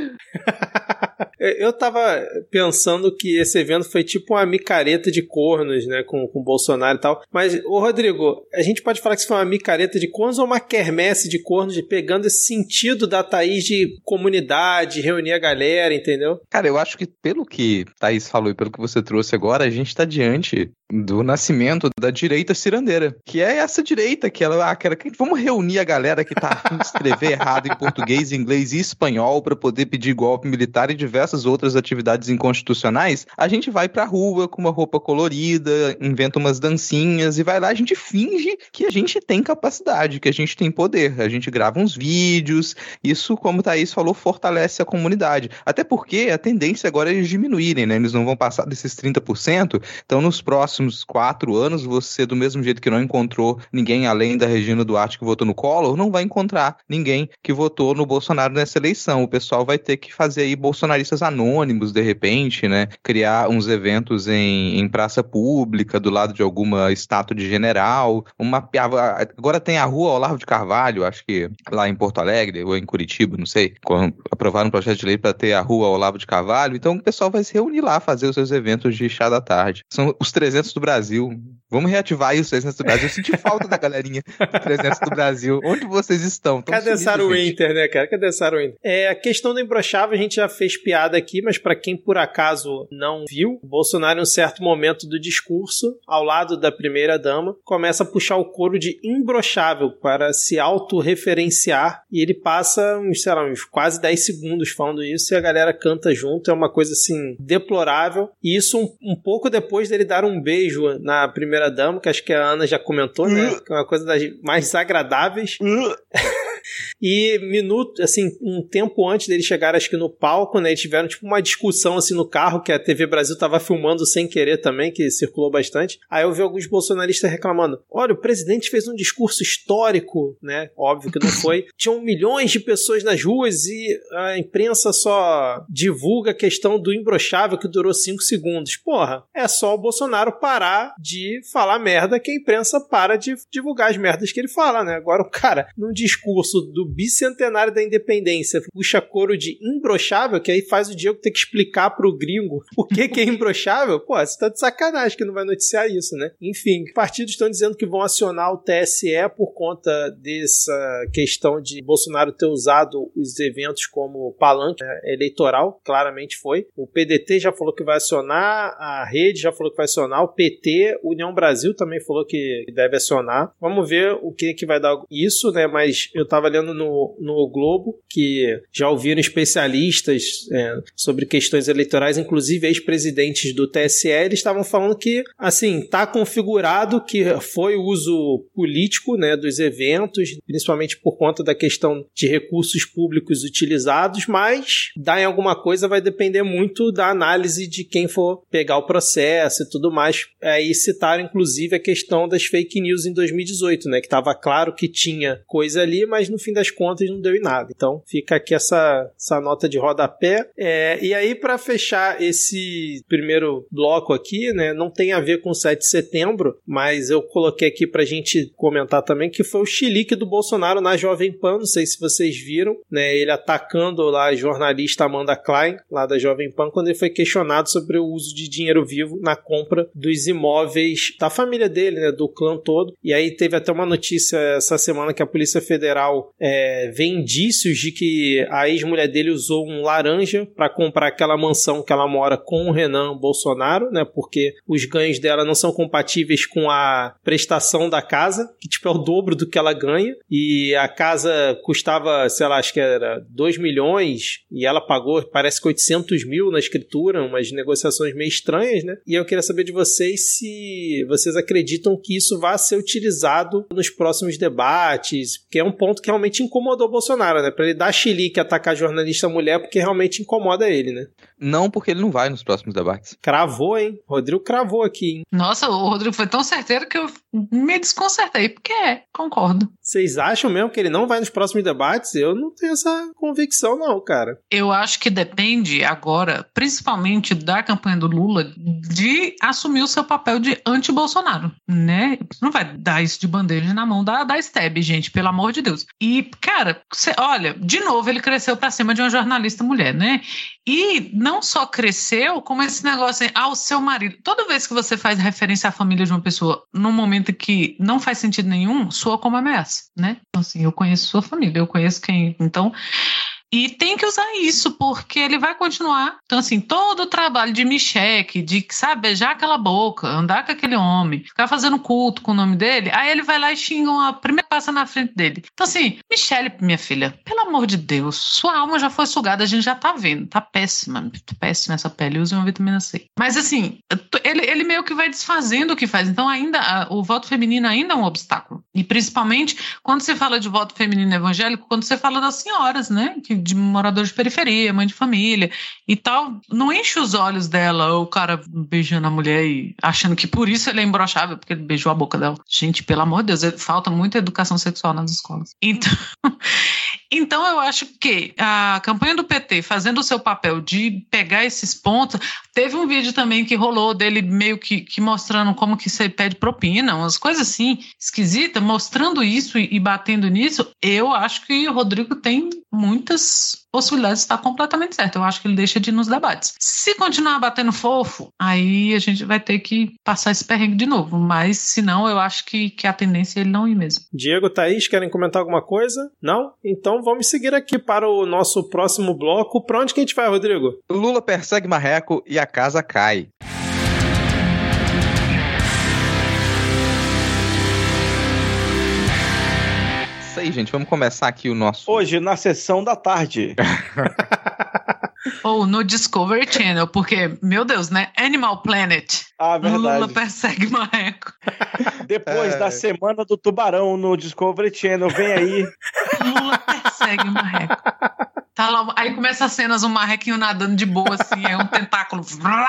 Eu tava pensando que esse evento foi tipo uma micareta de cornos, né, com, com o Bolsonaro e tal. Mas, ô Rodrigo, a gente pode falar que isso foi uma micareta de cornos ou uma quermesse de cornos, pegando esse sentido da Thaís de comunidade, reunir a galera, entendeu? Cara, eu acho que pelo que Thaís falou e pelo que você trouxe agora, a gente tá diante do nascimento da direita cirandeira, que é essa direita que ela, aquela que vamos reunir a galera que tá afim de escrever errado em português, inglês e espanhol para poder pedir golpe militar e diversas outras atividades inconstitucionais. A gente vai pra rua com uma roupa colorida, inventa umas dancinhas e vai lá, a gente finge que a gente tem capacidade, que a gente tem poder, a gente grava uns vídeos, isso, como o Thaís falou, fortalece a comunidade, até porque a tendência agora é eles diminuírem, né? Eles não vão passar desses trinta por cento, então nos próximos quatro anos, você, do mesmo jeito que não encontrou ninguém além da Regina Duarte que votou no Collor, não vai encontrar ninguém que votou no Bolsonaro nessa eleição. O pessoal vai ter que fazer aí bolsonaristas anônimos, de repente, né? Criar uns eventos em, em praça pública, do lado de alguma estátua de general, uma, agora tem a rua Olavo de Carvalho, acho que lá em Porto Alegre, ou em Curitiba, não sei, aprovaram um projeto de lei para ter a rua Olavo de Carvalho, então o pessoal vai se reunir lá, fazer os seus eventos de chá da tarde. São os trezentos do Brasil. Vamos reativar aí os trezentos do Brasil. Eu senti falta da galerinha do trezentos do Brasil. Onde vocês estão? Tão Cadê Sarah Winter, né, cara? Cadê Sarah Winter? É, a questão do imbrochável a gente já fez piada aqui, mas pra quem por acaso não viu, o Bolsonaro em um certo momento do discurso, ao lado da primeira-dama, começa a puxar o coro de imbrochável para se autorreferenciar e ele passa uns, sei lá, uns quase dez segundos falando isso e a galera canta junto. É uma coisa, assim, deplorável. E isso um, um pouco depois dele dar um beijo na primeira-dama, que acho que a Ana já comentou, né? Que é uma coisa das mais desagradáveis. E minuto, assim, um tempo antes dele chegar, acho que no palco, né, eles tiveram tipo uma discussão assim no carro, que a T V Brasil tava filmando sem querer também, que circulou bastante. Aí eu vi alguns bolsonaristas reclamando: olha, o presidente fez um discurso histórico, né? Óbvio que não foi. Tinham milhões de pessoas nas ruas e a imprensa só divulga a questão do imbrochável que durou cinco segundos. Porra, é só o Bolsonaro parar de falar merda que a imprensa para de divulgar as merdas que ele fala, né? Agora o cara, num discurso do bicentenário da independência, puxa coro de imbrochável, que aí faz o Diego ter que explicar pro gringo o que que é imbrochável. Pô, você tá de sacanagem que não vai noticiar isso, né? Enfim, partidos estão dizendo que vão acionar o T S E por conta dessa questão de Bolsonaro ter usado os eventos como palanque, né, eleitoral, claramente foi. O P D T já falou que vai acionar, a Rede já falou que vai acionar, o P T, União Brasil também falou que deve acionar. Vamos ver o que que vai dar isso, né? Mas eu tava lendo no, no Globo que já ouviram especialistas é, sobre questões eleitorais, inclusive ex-presidentes do T S E, eles estavam falando que, assim, tá configurado que foi o uso político, né, dos eventos, principalmente por conta da questão de recursos públicos utilizados, mas dar em alguma coisa vai depender muito da análise de quem for pegar o processo e tudo mais. Aí citaram, inclusive, a questão das fake news em dois mil e dezoito, né, que estava claro que tinha coisa ali, mas no fim das contas não deu em nada. Então fica aqui essa, essa nota de rodapé. É, e aí, para fechar esse primeiro bloco aqui, né, não tem a ver com sete de setembro, mas eu coloquei aqui pra gente comentar também, que foi o chilique do Bolsonaro na Jovem Pan, não sei se vocês viram, né, ele atacando lá a jornalista Amanda Klein, lá da Jovem Pan, quando ele foi questionado sobre o uso de dinheiro vivo na compra dos imóveis da família dele, né, do clã todo. E aí teve até uma notícia essa semana que a Polícia Federal é, vê indícios de que a ex-mulher dele usou um laranja para comprar aquela mansão que ela mora com o Renan Bolsonaro, né, porque os ganhos dela não são compatíveis com a prestação da casa, que tipo é o dobro do que ela ganha, e a casa custava, sei lá, acho que era dois milhões, e ela pagou, parece que oitocentos mil na escritura, umas negociações meio estranhas, né, e eu queria saber de vocês se vocês acreditam que isso vai ser utilizado nos próximos debates, porque é um ponto que realmente incomodou o Bolsonaro, né, pra ele dar chilique e atacar a jornalista mulher, porque realmente incomoda ele, né. Não, porque ele não vai nos próximos debates. Cravou, hein? Rodrigo cravou aqui, hein? Nossa, o Rodrigo foi tão certeiro que eu me desconcertei, porque é, concordo. Vocês acham mesmo que ele não vai nos próximos debates? Eu não tenho essa convicção não, cara. Eu acho que depende agora, principalmente da campanha do Lula, de assumir o seu papel de anti-Bolsonaro, né? Não vai dar isso de bandeja na mão da, da Steb, gente, pelo amor de Deus. E, cara, cê, olha, de novo ele cresceu pra cima de uma jornalista mulher, né? E não só cresceu, como esse negócio assim, ah, o seu marido. Toda vez que você faz referência à família de uma pessoa num momento que não faz sentido nenhum, soa como ameaça, né? Então, assim, eu conheço sua família, eu conheço quem... Então... E tem que usar isso, porque ele vai continuar. Então, assim, todo o trabalho de Micheque, de, sabe, beijar aquela boca, andar com aquele homem, ficar fazendo culto com o nome dele, aí ele vai lá e xinga uma primeira passa na frente dele. Então, assim, Michele, minha filha, pelo amor de Deus, sua alma já foi sugada, a gente já tá vendo, tá péssima, péssima essa pele, use uma vitamina C. Mas, assim, ele, ele meio que vai desfazendo o que faz. Então, ainda, a, o voto feminino ainda é um obstáculo. E, principalmente, quando você fala de voto feminino evangélico, quando você fala das senhoras, né, que de moradores de periferia, mãe de família e tal, não enche os olhos dela, o cara beijando a mulher e achando que por isso ele é imbrochável, porque ele beijou a boca dela. Gente, pelo amor de Deus, falta muita educação sexual nas escolas. Então, então eu acho que a campanha do P T fazendo o seu papel de pegar esses pontos, teve um vídeo também que rolou dele meio que, que mostrando como que você pede propina, umas coisas assim, esquisitas, mostrando isso e, e batendo nisso. Eu acho que o Rodrigo tem muitas possibilidades de estar completamente certo. Eu acho que ele deixa de ir nos debates. Se continuar batendo fofo, aí a gente vai ter que passar esse perrengue de novo. Mas, se não, eu acho que, que a tendência é ele não ir mesmo. Diego, Thaís, querem comentar alguma coisa? Não? Então vamos seguir aqui para o nosso próximo bloco. Para onde que a gente vai, Rodrigo? Lula persegue Marreco e a casa cai. Aí, gente, vamos começar aqui o nosso... Hoje, na sessão da tarde. Ou no Discovery Channel, porque, meu Deus, né? Animal Planet. Ah, verdade. Lula persegue Marreco. Depois é... da Semana do Tubarão no Discovery Channel, vem aí. Lula persegue Marreco. Tá lá, aí começa as cenas, um marrequinho nadando de boa, assim, aí um tentáculo...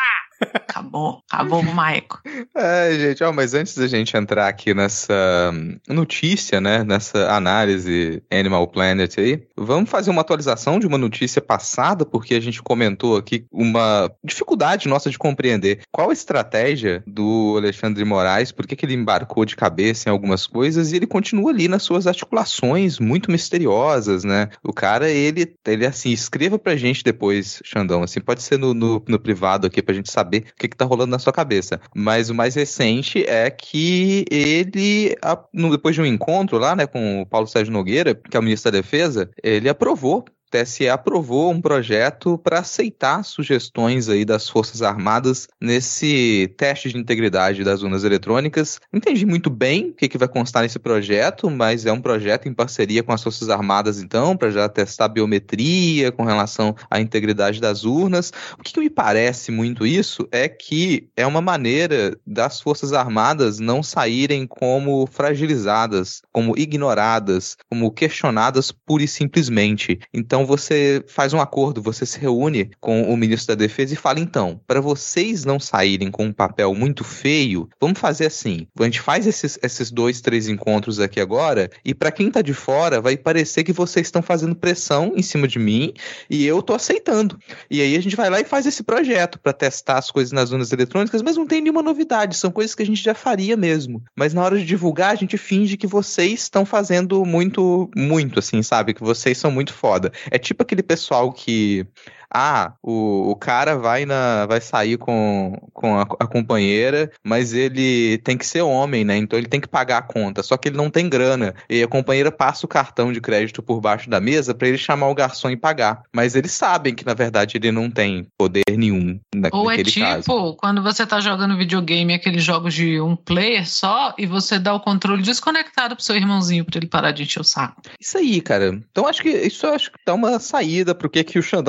Acabou, acabou o Marreco. É, gente, ó, mas antes da gente entrar aqui nessa notícia, né, nessa análise Animal Planet aí, vamos fazer uma atualização de uma notícia passada, porque a gente comentou aqui uma dificuldade nossa de compreender qual a estratégia do Alexandre de Moraes, por que que ele embarcou de cabeça em algumas coisas, e ele continua ali nas suas articulações muito misteriosas, né? O cara, ele, ele assim, escreva pra gente depois, Xandão, assim, pode ser no, no, no privado aqui pra gente saber o que que tá rolando na sua cabeça. Mas o mais recente é que ele, depois de um encontro lá, né, com o Paulo Sérgio Nogueira, que é o ministro da Defesa, ele aprovou O T S E aprovou um projeto para aceitar sugestões aí das Forças Armadas nesse teste de integridade das urnas eletrônicas. Não entendi muito bem o que, que vai constar nesse projeto, mas é um projeto em parceria com as Forças Armadas, então, para já testar a biometria com relação à integridade das urnas. O que, que me parece muito isso é que é uma maneira das Forças Armadas não saírem como fragilizadas, como ignoradas, como questionadas pura e simplesmente. Então, Então você faz um acordo, você se reúne com o ministro da Defesa e fala, então, para vocês não saírem com um papel muito feio, vamos fazer assim, a gente faz esses, esses dois, três encontros aqui agora, e para quem tá de fora, vai parecer que vocês estão fazendo pressão em cima de mim, e eu tô aceitando. E aí a gente vai lá e faz esse projeto para testar as coisas nas urnas eletrônicas, mas não tem nenhuma novidade, são coisas que a gente já faria mesmo. Mas na hora de divulgar, a gente finge que vocês estão fazendo muito, muito, assim, sabe? Que vocês são muito foda. É tipo aquele pessoal que... Ah, o, o cara vai, na, vai sair com, com a, a companheira, mas ele tem que ser homem, né? Então ele tem que pagar a conta, só que ele não tem grana. E a companheira passa o cartão de crédito por baixo da mesa pra ele chamar o garçom e pagar. Mas eles sabem que, na verdade, ele não tem poder nenhum na, Ou naquele é tipo, caso. Quando você tá jogando videogame, aqueles jogos de um player só, e você dá o controle desconectado pro seu irmãozinho pra ele parar de encher o saco. Isso aí, cara. Então acho que isso acho que dá uma saída pro que, que o Xandão tá fazendo.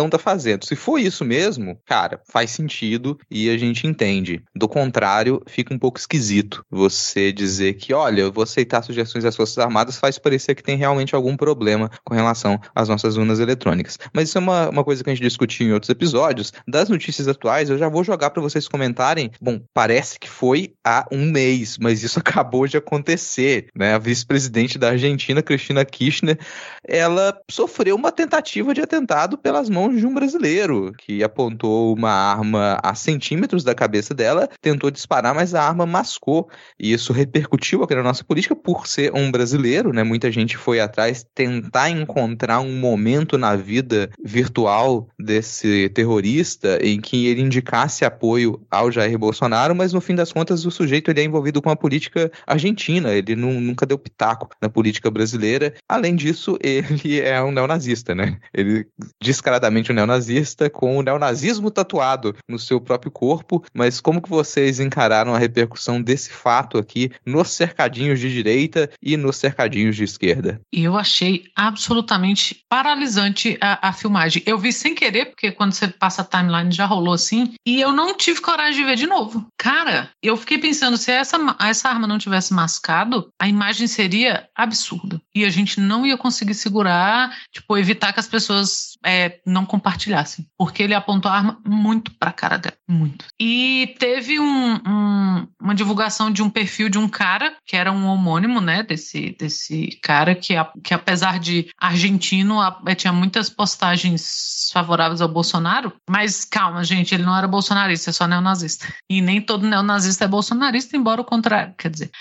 dizendo. Se for isso mesmo, cara, faz sentido e a gente entende. Do contrário, fica um pouco esquisito você dizer que, olha, eu vou aceitar sugestões das Forças Armadas, faz parecer que tem realmente algum problema com relação às nossas urnas eletrônicas. Mas isso é uma, uma coisa que a gente discutiu em outros episódios. Das notícias atuais, eu já vou jogar para vocês comentarem. Bom, parece que foi há um mês, mas isso acabou de acontecer, né? A vice-presidente da Argentina, Cristina Kirchner, ela sofreu uma tentativa de atentado pelas mãos de um brasileiro, que apontou uma arma a centímetros da cabeça dela, tentou disparar, mas a arma mascou. E isso repercutiu aqui na nossa política por ser um brasileiro, né? Muita gente foi atrás tentar encontrar um momento na vida virtual desse terrorista em que ele indicasse apoio ao Jair Bolsonaro, mas no fim das contas o sujeito ele é envolvido com a política argentina, ele não, nunca deu pitaco na política brasileira. Além disso, ele é um neonazista, né? Ele descaradamente um neonazista com o neonazismo tatuado no seu próprio corpo. Mas como que vocês encararam a repercussão desse fato aqui nos cercadinhos de direita e nos cercadinhos de esquerda? Eu achei absolutamente paralisante a, a filmagem. Eu vi sem querer, porque quando você passa a timeline já rolou assim, e eu não tive coragem de ver de novo. Cara, eu fiquei pensando, se essa, essa arma não tivesse mascado, a imagem seria absurda. E a gente não ia conseguir segurar, tipo, evitar que as pessoas é, não compartilhassem. Porque ele apontou a arma muito pra cara dela. Muito. E teve um, um, uma divulgação de um perfil de um cara, que era um homônimo, né, desse, desse cara, que, que apesar de argentino, tinha muitas postagens favoráveis ao Bolsonaro, mas calma, gente, ele não era bolsonarista, é só neonazista. E nem todo neonazista é bolsonarista, embora o contrário, quer dizer...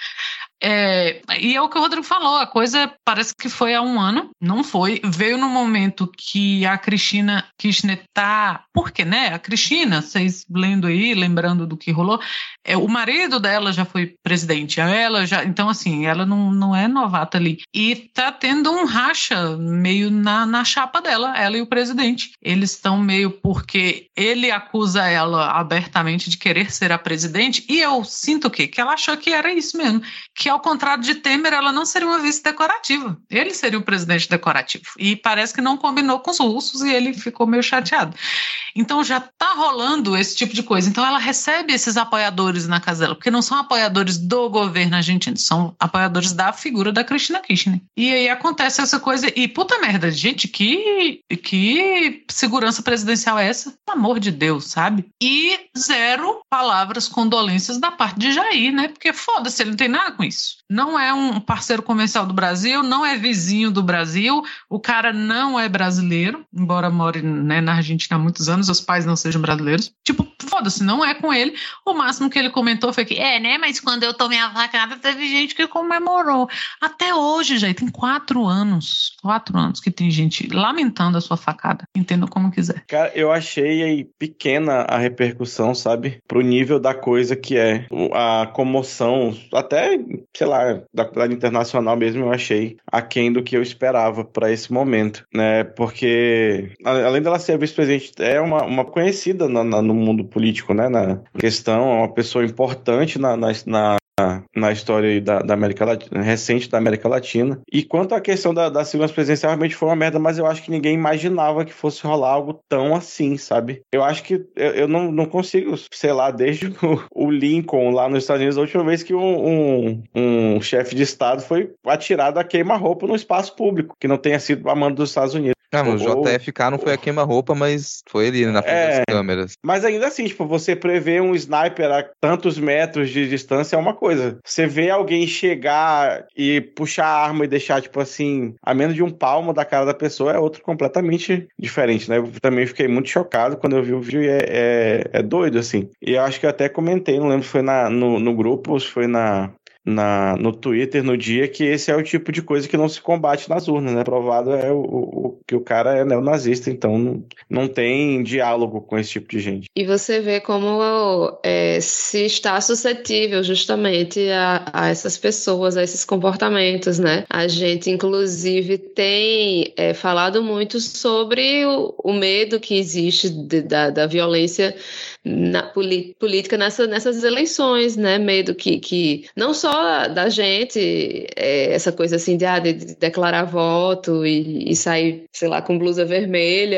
É, e é o que o Rodrigo falou, a coisa parece que foi há um ano, não foi, veio no momento que a Cristina Kirchner tá, por quê, né? A Cristina, vocês lendo aí, lembrando do que rolou, é, o marido dela já foi presidente, ela já, então assim, ela não, não é novata ali, e tá tendo um racha meio na, na chapa dela, ela e o presidente, eles estão meio porque ele acusa ela abertamente de querer ser a presidente, e eu sinto o quê? Que ela achou que era isso mesmo, que ao contrário de Temer, ela não seria uma vice decorativa. Ele seria o presidente decorativo. E parece que não combinou com os russos e ele ficou meio chateado. Então já está rolando esse tipo de coisa. Então ela recebe esses apoiadores na casa dela, porque não são apoiadores do governo argentino, são apoiadores da figura da Cristina Kirchner. E aí acontece essa coisa, e puta merda, gente, que, que segurança presidencial é essa? Pelo amor de Deus, sabe? E zero palavras condolências da parte de Jair, né? Porque foda-se, ele não tem nada com isso. Não é um parceiro comercial do Brasil, não é vizinho do Brasil, o cara não é brasileiro, embora more, né, na Argentina há muitos anos, os pais não sejam brasileiros. Tipo, foda-se, não é com ele. O máximo que ele comentou foi que, é, né, mas quando eu tomei a facada, teve gente que comemorou. Até hoje, já tem quatro anos, quatro anos que tem gente lamentando a sua facada. Entenda como quiser. Cara, eu achei aí pequena a repercussão, sabe? Pro nível da coisa que é a comoção, até, sei lá, da comunidade internacional mesmo, eu achei aquém do que eu esperava para esse momento, né? Porque, além dela ser vice-presidente, é uma, uma conhecida na, na, no mundo político, né? Na questão, é uma pessoa importante na, na, na na história da, da América Latina, recente da América Latina. E quanto à questão da, da segurança presidencial, realmente foi uma merda, mas eu acho que ninguém imaginava que fosse rolar algo tão assim, sabe? Eu acho que eu, eu não, não consigo, sei lá, desde o, o Lincoln lá nos Estados Unidos, a última vez que um, um, um chefe de Estado foi atirado a queima-roupa no espaço público, que não tenha sido a mando dos Estados Unidos. Não, o J F K não foi a queima-roupa, mas foi ali na frente é, das câmeras. Mas ainda assim, tipo, você prever um sniper a tantos metros de distância é uma coisa. Você vê alguém chegar e puxar a arma e deixar, tipo assim, a menos de um palmo da cara da pessoa é outro completamente diferente, né? Eu também fiquei muito chocado quando eu vi o vídeo e é, é, é doido, assim. E eu acho que eu até comentei, não lembro se foi na, no, no grupo, se foi na... Na, no Twitter no dia, que esse é o tipo de coisa que não se combate nas urnas, né? Provado é o, o que o cara é neonazista, então não, não tem diálogo com esse tipo de gente. E você vê como é, se está suscetível justamente a, a essas pessoas, a esses comportamentos, né? A gente, inclusive, tem é, falado muito sobre o, o medo que existe de, da, da violência na política nessa, nessas eleições, né? Medo que, que não só da gente, é, essa coisa assim de, ah, de declarar voto e, e sair, sei lá, com blusa vermelha,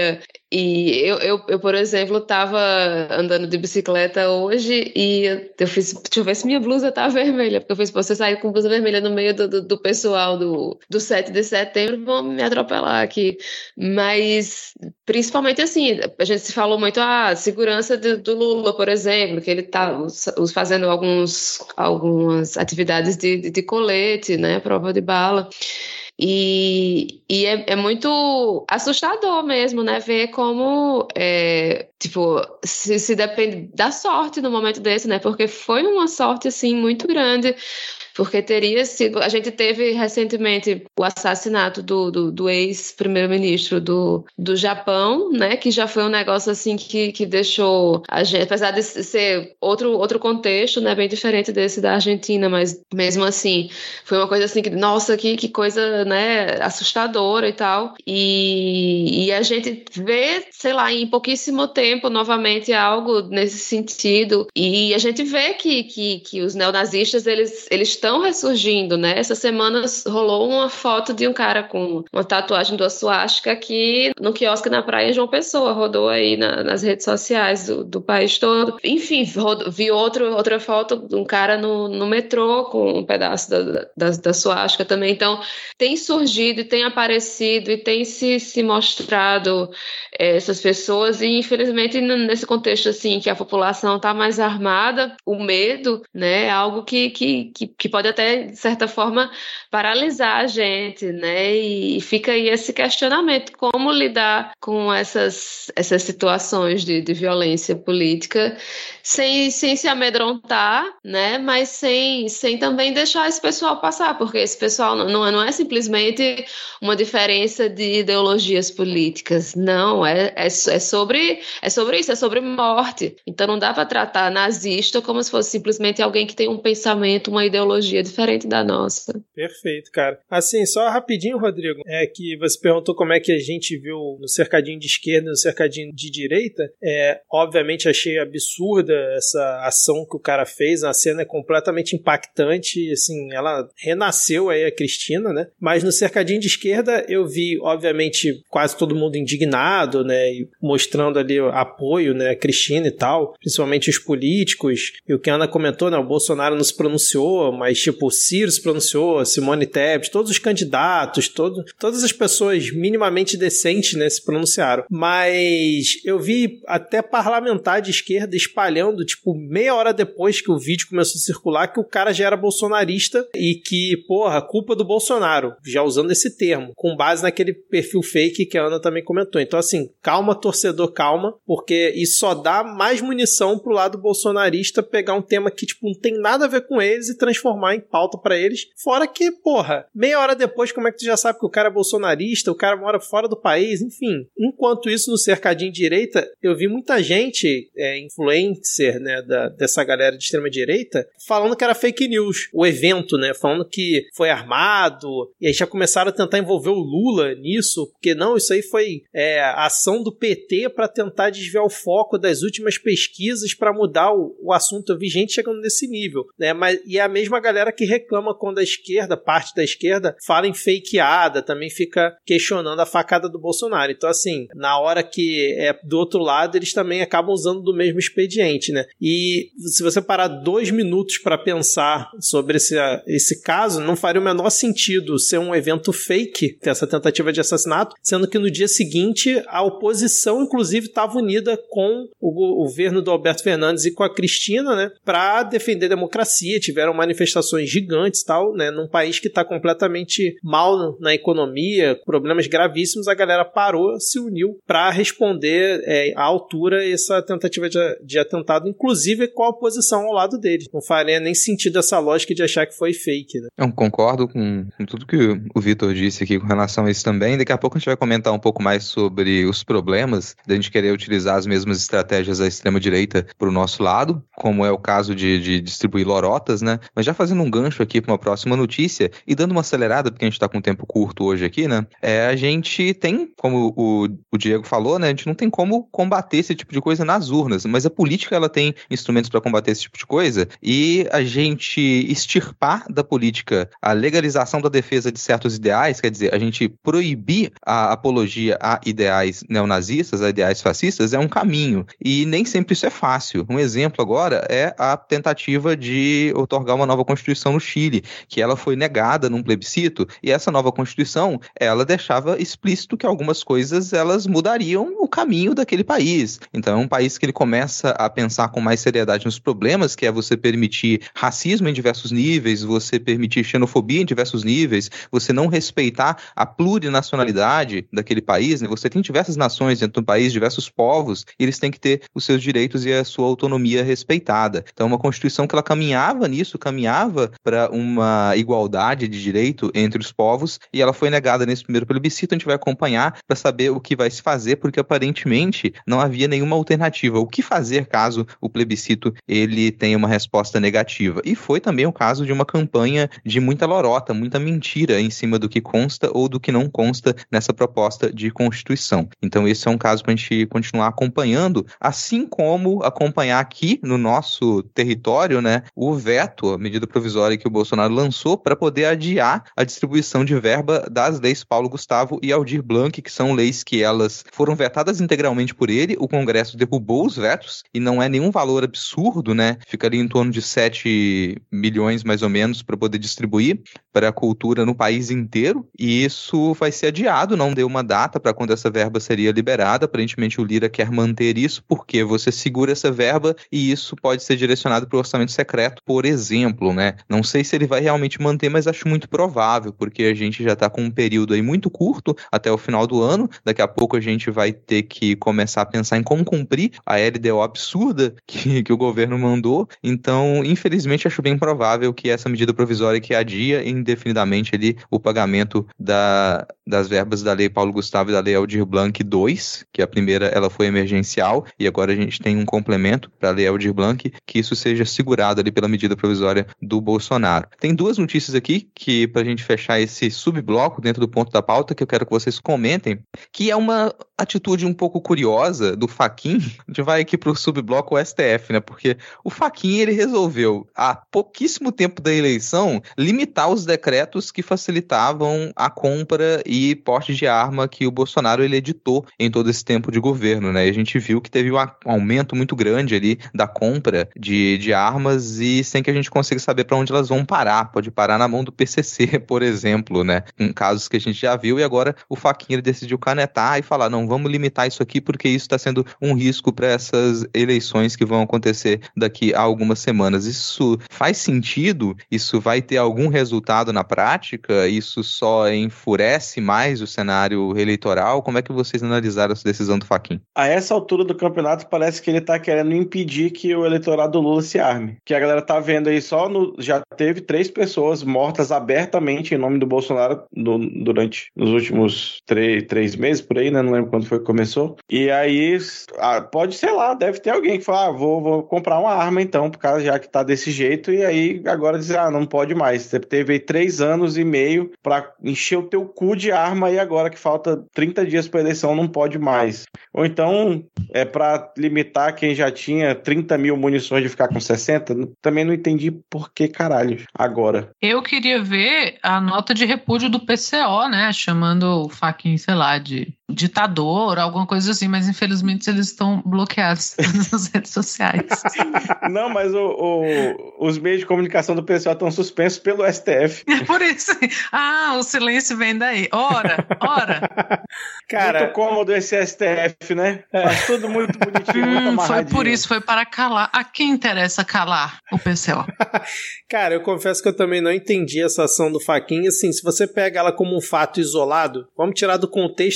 E eu, eu, eu, por exemplo, estava andando de bicicleta hoje e eu fiz, deixa eu ver se minha blusa tá vermelha, porque eu fiz, você sair com blusa vermelha no meio do, do, do pessoal do, do sete de setembro, vão me atropelar aqui. Mas, principalmente assim, a gente se falou muito, ah, segurança do, do Lula, por exemplo, que ele tá fazendo alguns, algumas atividades de, de, de colete, né, prova de bala. E, e é, é muito assustador mesmo, né? Ver como, é, tipo, se, se depende da sorte no momento desse, né? Porque foi uma sorte, assim, muito grande. Porque teria sido... A gente teve recentemente o assassinato do, do, do ex-primeiro-ministro do, do Japão, né? Que já foi um negócio assim que, que deixou a gente... Apesar de ser outro, outro contexto, né? Bem diferente desse da Argentina, mas mesmo assim, foi uma coisa assim que... Nossa, que, que coisa, né? Assustadora e tal. E, e a gente vê, sei lá, em pouquíssimo tempo, novamente, algo nesse sentido. E a gente vê que, que, que os neonazistas, eles, eles estão ressurgindo, né? Essa semana rolou uma foto de um cara com uma tatuagem do suástica aqui no quiosque na praia em João Pessoa, rodou aí na, nas redes sociais do, do país todo. Enfim, rodou, vi outro, outra foto de um cara no, no metrô com um pedaço da, da, da suástica também. Então, tem surgido e tem aparecido e tem se, se mostrado é, essas pessoas e, infelizmente, nesse contexto assim, que a população está mais armada, o medo, né, é algo que, que, que, que pode até, de certa forma, paralisar a gente, né? E fica aí esse questionamento, como lidar com essas, essas situações de, de violência política sem, sem se amedrontar, né? Mas sem, sem também deixar esse pessoal passar, porque esse pessoal não, não, é, não é simplesmente uma diferença de ideologias políticas, não, é, é, é, sobre, é sobre isso, é sobre morte. Então não dá para tratar nazista como se fosse simplesmente alguém que tem um pensamento, uma ideologia diferente da nossa. Perfeito, cara. Assim, só rapidinho, Rodrigo, é que você perguntou como é que a gente viu no cercadinho de esquerda e no cercadinho de direita. É, obviamente achei absurda essa ação que o cara fez, a cena é completamente impactante, assim, ela renasceu aí a Cristina, né? Mas no cercadinho de esquerda eu vi, obviamente, quase todo mundo indignado, né? E mostrando ali o apoio, né, a Cristina e tal, principalmente os políticos. E o que a Ana comentou, né? O Bolsonaro não se pronunciou, mas tipo, o Ciro se pronunciou, Simone Tebet, todos os candidatos, todo, todas as pessoas minimamente decentes, né, se pronunciaram. Mas eu vi até parlamentar de esquerda espalhando, tipo, meia hora depois que o vídeo começou a circular, que o cara já era bolsonarista e que, porra, culpa do Bolsonaro, já usando esse termo, com base naquele perfil fake que a Ana também comentou. Então, assim, calma, torcedor, calma, porque isso só dá mais munição pro lado bolsonarista pegar um tema que, tipo, não tem nada a ver com eles e transformar em pauta pra eles. Fora que, porra, meia hora depois, como é que tu já sabe que o cara é bolsonarista, o cara mora fora do país, enfim. Enquanto isso, no cercadinho direita, eu vi muita gente, é, influencer, né, da, dessa galera de extrema direita, falando que era fake news, o evento, né, falando que foi armado, e aí já começaram a tentar envolver o Lula nisso, porque não, isso aí foi é, a ação do P T pra tentar desviar o foco das últimas pesquisas pra mudar o, o assunto. Eu vi gente chegando nesse nível, né, mas e é a mesma galera que reclama quando a esquerda, parte da esquerda, fala em fakeada, também fica questionando a facada do Bolsonaro. Então, assim, na hora que é do outro lado, eles também acabam usando do mesmo expediente, né? E se você parar dois minutos para pensar sobre esse, esse caso, não faria o menor sentido ser um evento fake, ter essa tentativa de assassinato, sendo que no dia seguinte a oposição, inclusive, estava unida com o governo do Alberto Fernandes e com a Cristina, né, para defender a democracia. Tiveram manifestações gigantes, tal, né, num país que está completamente mal na economia, problemas gravíssimos, a galera parou, se uniu para responder é, à altura essa tentativa de, de atentado, inclusive com a oposição ao lado dele. Não faria nem sentido essa lógica de achar que foi fake, né? Eu concordo com, com tudo que o Vitor disse aqui com relação a isso também. Daqui a pouco a gente vai comentar um pouco mais sobre os problemas da gente querer utilizar as mesmas estratégias da extrema-direita para o nosso lado, como é o caso de, de distribuir lorotas, né? Mas já fazendo fazendo um gancho aqui para uma próxima notícia e dando uma acelerada, porque a gente está com um tempo curto hoje aqui, né? É, a gente tem, como o, o Diego falou, né? A gente não tem como combater esse tipo de coisa nas urnas, mas a política, ela tem instrumentos para combater esse tipo de coisa, e a gente extirpar da política a legalização da defesa de certos ideais, quer dizer, a gente proibir a apologia a ideais neonazistas, a ideais fascistas, é um caminho, e nem sempre isso é fácil. Um exemplo agora é a tentativa de otorgar uma nova Constituição no Chile, que ela foi negada num plebiscito, e essa nova Constituição, ela deixava explícito que algumas coisas, elas mudariam o caminho daquele país. Então é um país que ele começa a pensar com mais seriedade nos problemas, que é você permitir racismo em diversos níveis, você permitir xenofobia em diversos níveis, você não respeitar a plurinacionalidade daquele país, né? Você tem diversas nações dentro do país, diversos povos, e eles têm que ter os seus direitos e a sua autonomia respeitada. Então uma Constituição que ela caminhava nisso, caminhava para uma igualdade de direito entre os povos, e ela foi negada nesse primeiro plebiscito. A gente vai acompanhar para saber o que vai se fazer, porque aparentemente não havia nenhuma alternativa. O que fazer caso o plebiscito ele tenha uma resposta negativa? E foi também o caso de uma campanha de muita lorota, muita mentira em cima do que consta ou do que não consta nessa proposta de Constituição. Então esse é um caso para a gente continuar acompanhando, assim como acompanhar aqui no nosso território, né, o veto, a medida provisória que o Bolsonaro lançou para poder adiar a distribuição de verba das leis Paulo Gustavo e Aldir Blanc, que são leis que elas foram vetadas integralmente por ele, o Congresso derrubou os vetos, e não é nenhum valor absurdo, né, ficaria em torno de sete milhões mais ou menos para poder distribuir para a cultura no país inteiro, e isso vai ser adiado, não deu uma data para quando essa verba seria liberada. Aparentemente o Lira quer manter isso, porque você segura essa verba e isso pode ser direcionado para o orçamento secreto, por exemplo, né? Não sei se ele vai realmente manter, mas acho muito provável, porque a gente já está com um período aí muito curto, até o final do ano. Daqui a pouco a gente vai ter que começar a pensar em como cumprir a L D O absurda que, que o governo mandou. Então, infelizmente, acho bem provável que essa medida provisória que adia indefinidamente ali o pagamento da, das verbas da Lei Paulo Gustavo e da Lei Aldir Blanc dois, que a primeira ela foi emergencial, e agora a gente tem um complemento para a Lei Aldir Blanc, que isso seja segurado ali pela medida provisória do Bolsonaro. Tem duas notícias aqui, que pra gente fechar esse subbloco dentro do ponto da pauta, que eu quero que vocês comentem, que é uma atitude um pouco curiosa do Fachin. A gente vai aqui pro subbloco S T F, né, porque o Fachin, ele resolveu, há pouquíssimo tempo da eleição, limitar os decretos que facilitavam a compra e porte de arma que o Bolsonaro, ele editou em todo esse tempo de governo, né, e a gente viu que teve um aumento muito grande ali da compra de, de armas, e sem que a gente consiga saber para onde elas vão parar. Pode parar na mão do P C C, por exemplo, né, em casos que a gente já viu, e agora o Fachin, ele decidiu canetar e falar, não, vamos limitar isso aqui porque isso está sendo um risco para essas eleições que vão acontecer daqui a algumas semanas. Isso faz sentido? Isso vai ter algum resultado na prática? Isso só enfurece mais o cenário eleitoral? Como é que vocês analisaram essa decisão do Fachin? A essa altura do campeonato, parece que ele tá querendo impedir que o eleitorado do Lula se arme. Que a galera tá vendo aí só, no, já teve três pessoas mortas abertamente em nome do Bolsonaro do, durante os últimos três, três meses, por aí, né? Não lembro quando foi que começou. E aí, pode, sei lá, deve ter alguém que fala, ah, vou, vou comprar uma arma então, por causa já que tá desse jeito, e aí agora dizer, ah, não pode mais. Você teve aí três anos e meio pra encher o teu cu de arma, e agora que falta trinta dias pra eleição, não pode mais. Ou então, é pra limitar quem já tinha trinta mil munições de ficar com sessenta, também não entendi por que caralho agora. Eu queria ver a nota de repúdio do P C O, né, chamando o Fachin, sei lá, de ditador, alguma coisa assim, mas infelizmente eles estão bloqueados nas redes sociais. Não, mas o, o, os meios de comunicação do P C O estão suspensos pelo S T F. É por isso. Ah, o silêncio vem daí. Ora, ora. Cara, muito cômodo esse S T F, né? Faz tudo muito bonitinho, hum, muito amarradinho. Foi por isso, foi para calar. A quem interessa calar o P C O? Cara, eu confesso que eu também não entendi essa ação do Fachin. Assim, se você pega ela como um fato isolado, vamos tirar do contexto inteiro,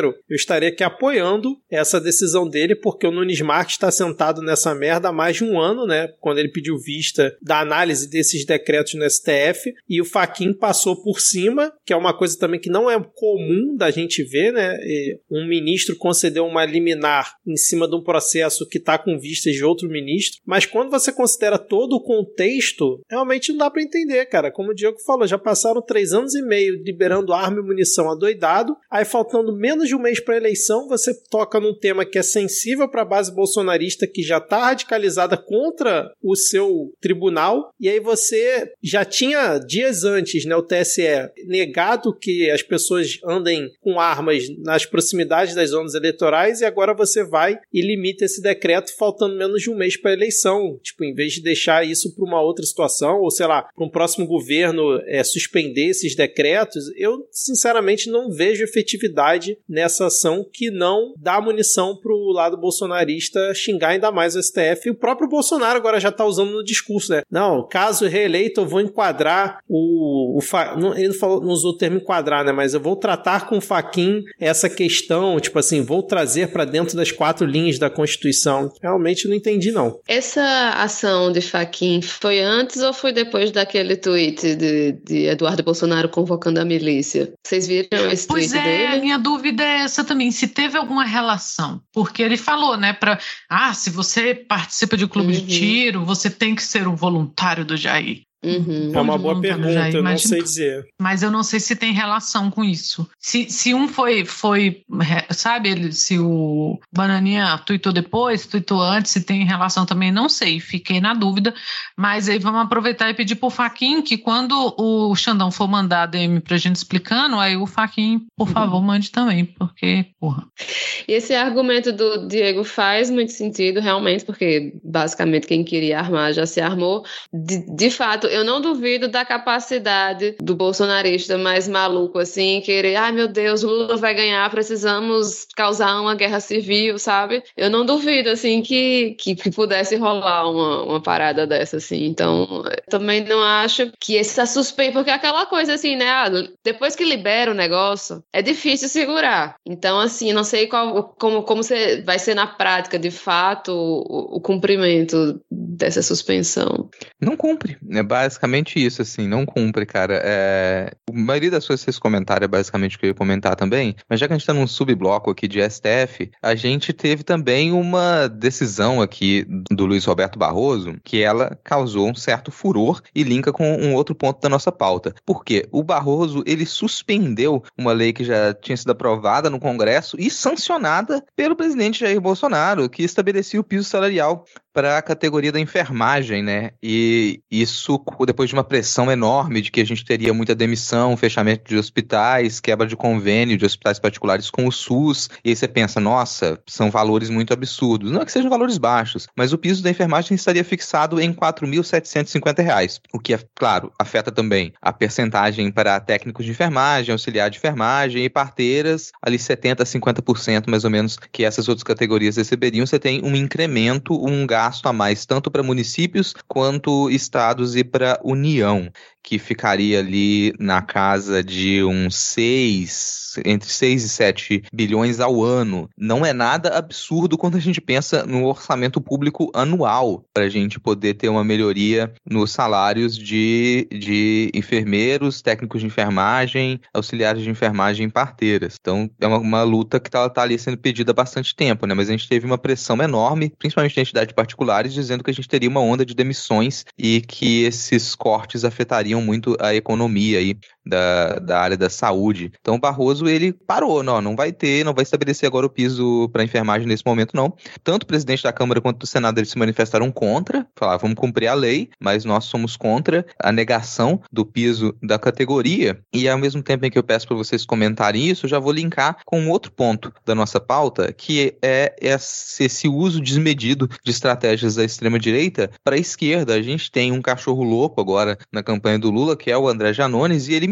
Primeiro, eu estaria aqui apoiando essa decisão dele, porque o Nunes Marques está sentado nessa merda há mais de um ano, né? Quando ele pediu vista da análise desses decretos no S T F, e o Fachin passou por cima, que é uma coisa também que não é comum da gente ver, né? E um ministro concedeu uma liminar em cima de um processo que está com vistas de outro ministro, mas quando você considera todo o contexto, realmente não dá para entender, cara. Como o Diego falou, já passaram três anos e meio liberando arma e munição adoidado, aí faltando menos de um mês para a eleição, você toca num tema que é sensível para a base bolsonarista, que já está radicalizada contra o seu tribunal, e aí você já tinha dias antes, né, o T S E negado que as pessoas andem com armas nas proximidades das zonas eleitorais, e agora você vai e limita esse decreto faltando menos de um mês para a eleição, tipo, em vez de deixar isso para uma outra situação, ou sei lá, para um próximo governo é, suspender esses decretos. Eu sinceramente não vejo efetividade nessa ação que não dá munição para o lado bolsonarista xingar ainda mais o S T F, e o próprio Bolsonaro agora já está usando no discurso, né? Não, caso reeleito eu vou enquadrar o... o fa... não, ele não, falou, não usou o termo enquadrar, né? Mas eu vou tratar com o Fachin essa questão, tipo assim, vou trazer para dentro das quatro linhas da Constituição. Realmente não entendi, não. Essa ação de Fachin foi antes ou foi depois daquele tweet de, de Eduardo Bolsonaro convocando a milícia? Vocês viram esse pois tweet é, dele? A minha dúvida é essa também, se teve alguma relação. Porque ele falou, né, para ah, se você participa de um clube uhum. de tiro, você tem que ser um voluntário do Jair. Uhum. É uma boa pergunta, Jair, eu não sei dizer. Mas eu não sei se tem relação com isso. Se, se um foi, foi, sabe, ele, se o Bananinha tweetou depois, tweetou antes, se tem relação também, não sei, fiquei na dúvida. Mas aí vamos aproveitar e pedir pro Fachin que quando o Xandão for mandar a D M pra gente explicando, aí o Fachin, por favor, mande também, porque, porra. E esse argumento do Diego faz muito sentido, realmente, porque basicamente quem queria armar já se armou. De, de fato, eu não duvido da capacidade do bolsonarista mais maluco, assim, querer, ai meu Deus, Lula vai ganhar, precisamos causar uma guerra civil, sabe? Eu não duvido, assim, que, que, que pudesse rolar uma, uma parada dessa, assim. Então, eu também não acho que essa suspeita, porque é aquela coisa, assim, né? Ah, depois que libera o negócio, é difícil segurar. Então, assim, não sei qual, como, como você vai ser na prática, de fato, o, o cumprimento dessa suspensão. Não cumpre, é basicamente isso, assim, não cumpre, cara. É... A maioria das coisas que vocês comentaram é basicamente o que eu ia comentar também, mas já que a gente tá num subbloco aqui de S T F, a gente teve também uma decisão aqui do Luiz Roberto Barroso, que ela causou um certo furor e linka com um outro ponto da nossa pauta. Por quê? O Barroso, ele suspendeu uma lei que já tinha sido aprovada no Congresso e sancionada pelo presidente Jair Bolsonaro, que estabelecia o piso salarial para a categoria da enfermagem, né? E isso depois de uma pressão enorme de que a gente teria muita demissão, fechamento de hospitais, quebra de convênio de hospitais particulares com o SUS, e aí você pensa, nossa, são valores muito absurdos. Não é que sejam valores baixos, mas o piso da enfermagem estaria fixado em quatro mil setecentos e cinquenta reais, o que, é, claro, afeta também a percentagem para técnicos de enfermagem, auxiliar de enfermagem e parteiras, ali setenta a cinquenta por cento mais ou menos que essas outras categorias receberiam. Você tem um incremento, um gasto a mais, tanto para municípios quanto estados e para União, que ficaria ali na casa de uns seis, entre seis e sete bilhões ao ano. Não é nada absurdo quando a gente pensa no orçamento público anual, para a gente poder ter uma melhoria nos salários de, de enfermeiros, técnicos de enfermagem, auxiliares de enfermagem e parteiras. Então, é uma, uma luta que está tá ali sendo pedida há bastante tempo, né? Mas a gente teve uma pressão enorme, principalmente de entidades particulares, dizendo que a gente teria uma onda de demissões e que esses cortes afetariam muito a economia aí da, da área da saúde. Então o Barroso, ele parou, não, não vai ter, não vai estabelecer agora o piso para enfermagem nesse momento, não. Tanto o presidente da Câmara quanto do Senado, eles se manifestaram contra, falaram, vamos cumprir a lei, mas nós somos contra a negação do piso da categoria. E ao mesmo tempo em que eu peço para vocês comentarem isso, eu já vou linkar com um outro ponto da nossa pauta, que é esse, esse uso desmedido de estratégias da extrema-direita para a esquerda. A gente tem um cachorro louco agora na campanha do Lula, que é o André Janones, e ele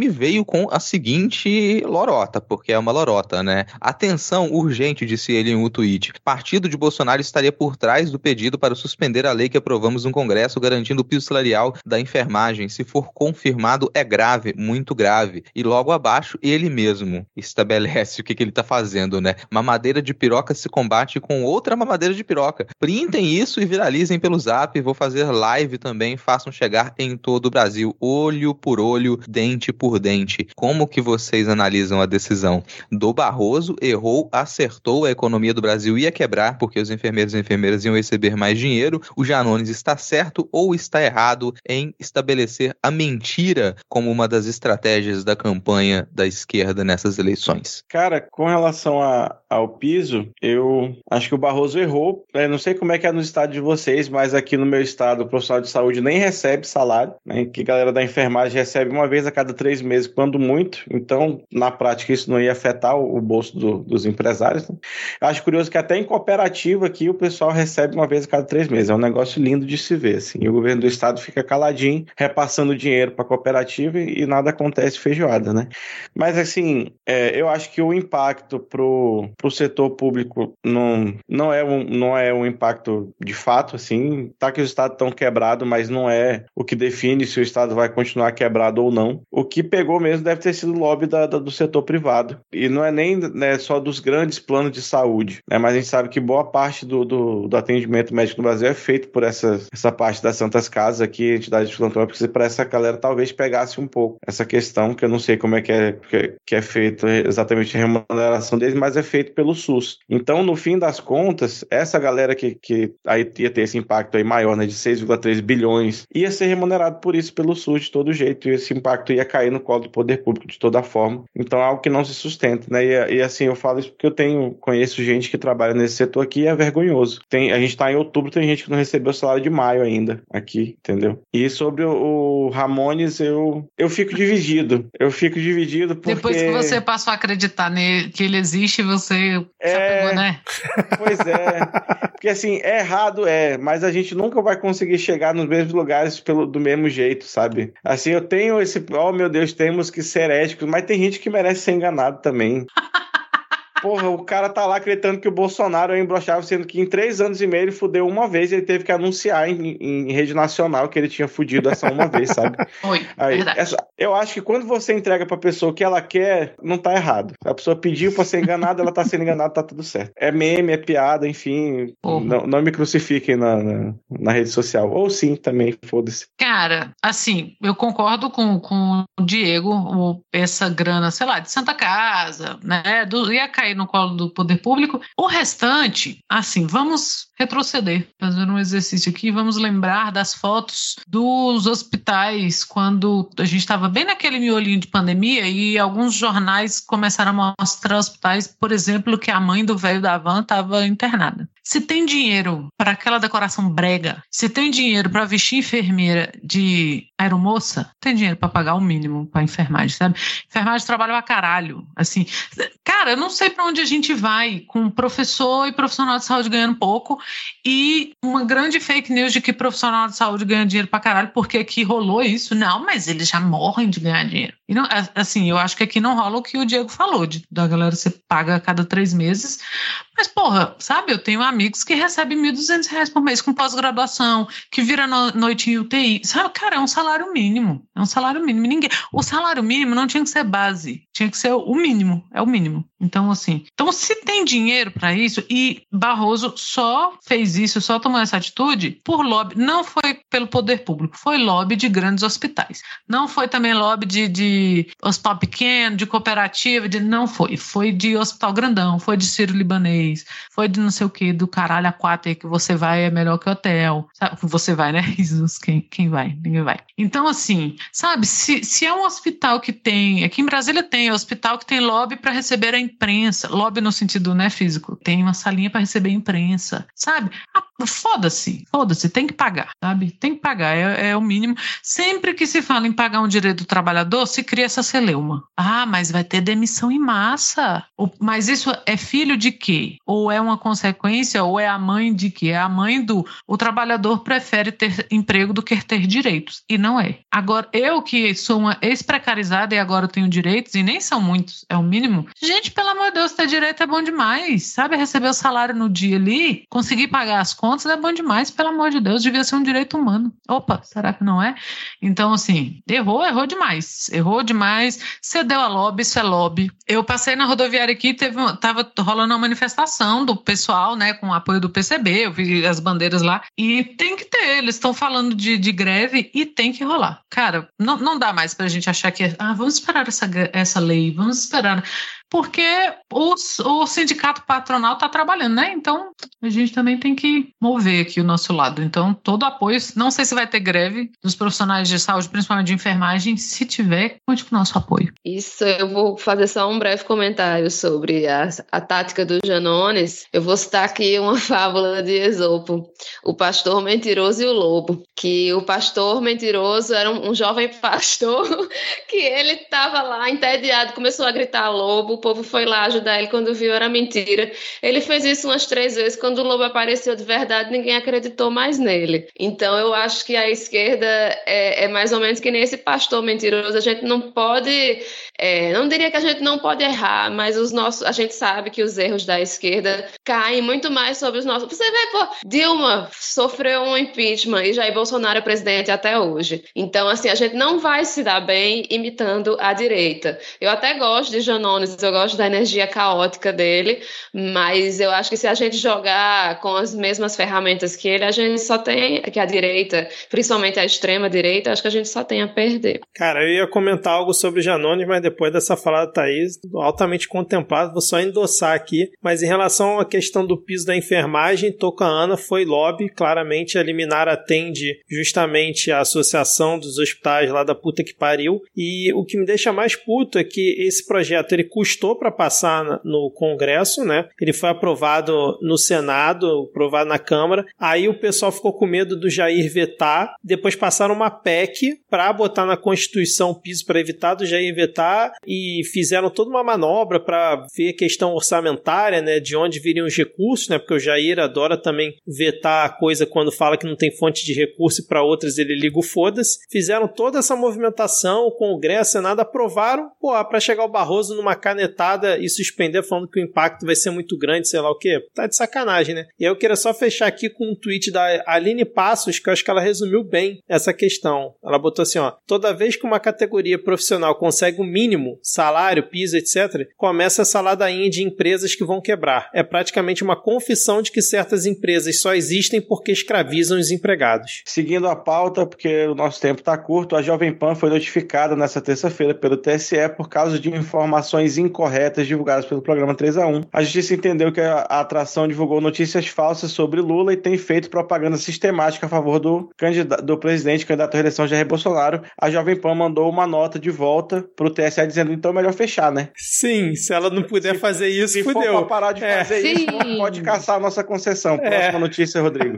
me veio com a seguinte lorota, porque é uma lorota, né? Atenção urgente, disse ele em um tweet. Partido de Bolsonaro estaria por trás do pedido para suspender a lei que aprovamos no Congresso garantindo o piso salarial da enfermagem. Se for confirmado, é grave, muito grave. E logo abaixo, ele mesmo estabelece o que, que ele está fazendo, né? Mamadeira de piroca se combate com outra mamadeira de piroca. Printem isso e viralizem pelo Zap. Vou fazer live também, façam chegar em todo o Brasil. Olho por olho, dente por dente. Como que vocês analisam a decisão do Barroso? Errou, acertou, a economia do Brasil ia quebrar porque os enfermeiros e enfermeiras iam receber mais dinheiro. O Janones está certo ou está errado em estabelecer a mentira como uma das estratégias da campanha da esquerda nessas eleições? Cara, com relação a, ao piso, eu acho que o Barroso errou. Eu não sei como é que é no estado de vocês, mas aqui no meu estado o profissional de saúde nem recebe salário, né? Que a galera da enfermagem recebe uma vez a cada três meses, quando muito. Então, na prática, isso não ia afetar o, o bolso do, dos empresários, né? Eu acho curioso que até em cooperativa aqui o pessoal recebe uma vez a cada três meses. É um negócio lindo de se ver, assim. E o governo do estado fica caladinho, repassando dinheiro para a cooperativa e, e nada acontece feijoada, né? Mas, assim, é, eu acho que o impacto pro, pro setor público não, não, é um, não é um impacto de fato, assim. Tá que os estados estão quebrados, mas não é o que define se o estado vai continuar quebrado ou não. O que pegou mesmo deve ter sido o lobby da, da, do setor privado. E não é nem, né, só dos grandes planos de saúde, né? Mas a gente sabe que boa parte do, do, do atendimento médico no Brasil é feito por essa, essa parte das Santas Casas aqui, entidades filantrópicas, e para essa galera talvez pegasse um pouco essa questão, que eu não sei como é que é, que, que é feito exatamente a remuneração deles, mas é feito pelo SUS. Então, no fim das contas, essa galera que, que aí ia ter esse impacto aí maior, né, de seis vírgula três bilhões, ia ser remunerado por isso pelo SUS de todo jeito, e esse impacto ia cair no colo do poder público de toda forma. Então, é algo que não se sustenta, né? E, e assim, eu falo isso porque eu tenho, conheço gente que trabalha nesse setor aqui e é vergonhoso. Tem, a gente tá em outubro, tem gente que não recebeu o salário de maio ainda aqui, entendeu? E sobre o, o Ramones, eu, eu fico dividido. Eu fico dividido porque... Depois que você passou a acreditar nele, que ele existe, você é... já pegou, né? Pois é. Porque assim, é errado, é, mas a gente nunca vai conseguir chegar nos mesmos lugares pelo, do mesmo jeito, sabe? Assim, eu tenho esse... Oh, meu Deus, temos que ser éticos, mas tem gente que merece ser enganado também. Porra, o cara tá lá acreditando que o Bolsonaro é imbrochável, sendo que em três anos e meio ele fudeu uma vez e ele teve que anunciar em, em rede nacional que ele tinha fudido essa uma vez, sabe? Oi, Aí, verdade. Essa, eu acho que quando você entrega pra pessoa o que ela quer, não tá errado. A pessoa pediu pra ser enganada, ela tá sendo enganada, tá tudo certo. É meme, é piada, enfim. Não, não me crucifiquem na, na, na rede social. Ou sim, também, foda-se. Cara, assim, eu concordo com, com o Diego, o, essa grana, sei lá, de Santa Casa, né, do, ia cair no colo do poder público. O restante, assim, vamos retroceder, fazer um exercício aqui, vamos lembrar das fotos dos hospitais quando a gente estava bem naquele miolinho de pandemia e alguns jornais começaram a mostrar hospitais, por exemplo, que a mãe do velho da van estava internada. Se tem dinheiro para aquela decoração brega, se tem dinheiro para vestir enfermeira de aeromoça, tem dinheiro para pagar o mínimo para enfermagem, sabe? Enfermagem trabalha pra caralho, assim. Cara, eu não sei para onde a gente vai com professor e profissional de saúde ganhando pouco e uma grande fake news de que profissional de saúde ganha dinheiro pra caralho, porque aqui rolou isso. Não, mas eles já morrem de ganhar dinheiro. E não, assim, eu acho que aqui não rola o que o Diego falou, de, da galera você paga a cada três meses. Mas, porra, sabe, eu tenho amigos que recebem mil e duzentos reais por mês com pós-graduação, que vira no, noite em U T I. Sabe, cara, é um salário mínimo. É um salário mínimo. Ninguém, o salário mínimo não tinha que ser base, tinha que ser o mínimo. É o mínimo. Então, assim, então se tem dinheiro para isso, e Barroso só fez isso, só tomou essa atitude por lobby, não foi pelo poder público, foi lobby de grandes hospitais. Não foi também lobby de, de hospital pequeno, de cooperativa, de, não foi. Foi de hospital grandão, foi de Sírio-Libanês, foi de não sei o que, do caralho a quatro aí que você vai é melhor que hotel. Sabe? Você vai, né? Jesus, quem, quem vai? Ninguém vai. Então, assim, sabe, se, se é um hospital que tem, aqui em Brasília tem, é um hospital que tem lobby para receber a imprensa, lobby no sentido, né, físico, tem uma salinha para receber a imprensa, sabe? foda-se, foda-se, tem que pagar, sabe? Tem que pagar, é, é o mínimo. Sempre que se fala em pagar um direito do trabalhador, se cria essa celeuma. Ah, mas vai ter demissão em massa. Mas isso é filho de quê? Ou é uma consequência, ou é a mãe de quê? É a mãe do... O trabalhador prefere ter emprego do que ter direitos. E não é. Agora, eu que sou uma ex-precarizada e agora tenho direitos, e nem são muitos, é o mínimo. Gente, pelo amor de Deus, ter direito é bom demais. Sabe, receber o salário no dia ali, conseguir pagar as contas é bom demais, pelo amor de Deus, devia ser um direito humano. Opa, será que não é? Então, assim, errou, errou demais. Errou demais, cedeu a lobby, isso é lobby. Eu passei na rodoviária aqui, teve, tava rolando uma manifestação do pessoal, né, com o apoio do P C B, eu vi as bandeiras lá, e tem que ter, eles estão falando de, de greve e tem que rolar. Cara, não, não dá mais pra gente achar que, ah, vamos esperar essa, essa lei, vamos esperar... Porque o, o sindicato patronal está trabalhando, né? Então, a gente também tem que mover aqui o nosso lado. Então, todo apoio, não sei se vai ter greve dos profissionais de saúde, principalmente de enfermagem. Se tiver, conte com o nosso apoio. Isso, eu vou fazer só um breve comentário sobre a, a tática dos Janones. Eu vou citar aqui uma fábula de Esopo, o pastor mentiroso e o lobo. Que o pastor mentiroso era um, um jovem pastor que ele estava lá entediado, começou a gritar lobo. O povo foi lá ajudar ele, quando viu era mentira. Ele fez isso umas três vezes, quando o lobo apareceu de verdade, ninguém acreditou mais nele. Então eu acho que a esquerda é, é mais ou menos que nem esse pastor mentiroso. A gente não pode, é, não diria que a gente não pode errar, mas os nossos, a gente sabe que os erros da esquerda caem muito mais sobre os nossos. Você vê, pô, Dilma sofreu um impeachment e Jair Bolsonaro é presidente até hoje. Então assim, a gente não vai se dar bem imitando a direita. Eu até gosto de Janones, eu gosto da energia caótica dele, mas eu acho que se a gente jogar com as mesmas ferramentas que ele, a gente só tem, que a direita, principalmente a extrema direita, acho que a gente só tem a perder. Cara, eu ia comentar algo sobre o Janones, mas depois dessa falada da Thaís, altamente contemplado, vou só endossar aqui, mas em relação à questão do piso da enfermagem, Tocantins foi lobby, claramente a liminar atende justamente a associação dos hospitais lá da puta que pariu, e o que me deixa mais puto é que esse projeto, ele custou para passar no Congresso, né? Ele foi aprovado no Senado, aprovado na Câmara. Aí o pessoal ficou com medo do Jair vetar. Depois passaram uma P E C para botar na Constituição o piso para evitar do Jair vetar e fizeram toda uma manobra para ver a questão orçamentária, né? De onde viriam os recursos, né? Porque o Jair adora também vetar a coisa quando fala que não tem fonte de recurso e para outras ele liga o foda-se. Fizeram toda essa movimentação, o Congresso, o Senado aprovaram, pô, para chegar o Barroso numa canetada e suspender falando que o impacto vai ser muito grande, sei lá o quê. Tá de sacanagem, né? E aí eu queria só fechar aqui com um tweet da Aline Passos, que eu acho que ela resumiu bem essa questão. Ela botou assim, ó, toda vez que uma categoria profissional consegue o mínimo, salário, piso, etcétera, começa essa ladainha de empresas que vão quebrar. É praticamente uma confissão de que certas empresas só existem porque escravizam os empregados. Seguindo a pauta, porque o nosso tempo tá curto, a Jovem Pan foi notificada nessa terça-feira pelo T S E por causa de informações incorretas corretas divulgadas pelo programa três a um. A justiça entendeu que a atração divulgou notícias falsas sobre Lula e tem feito propaganda sistemática a favor do, candidato, do presidente candidato à reeleição Jair Bolsonaro. A Jovem Pan mandou uma nota de volta pro T S E dizendo, então é melhor fechar, né? Sim, se ela não puder se, fazer isso, se fudeu. Se for pra parar de é. fazer Sim. isso, pode caçar a nossa concessão. Próxima é. notícia, Rodrigo.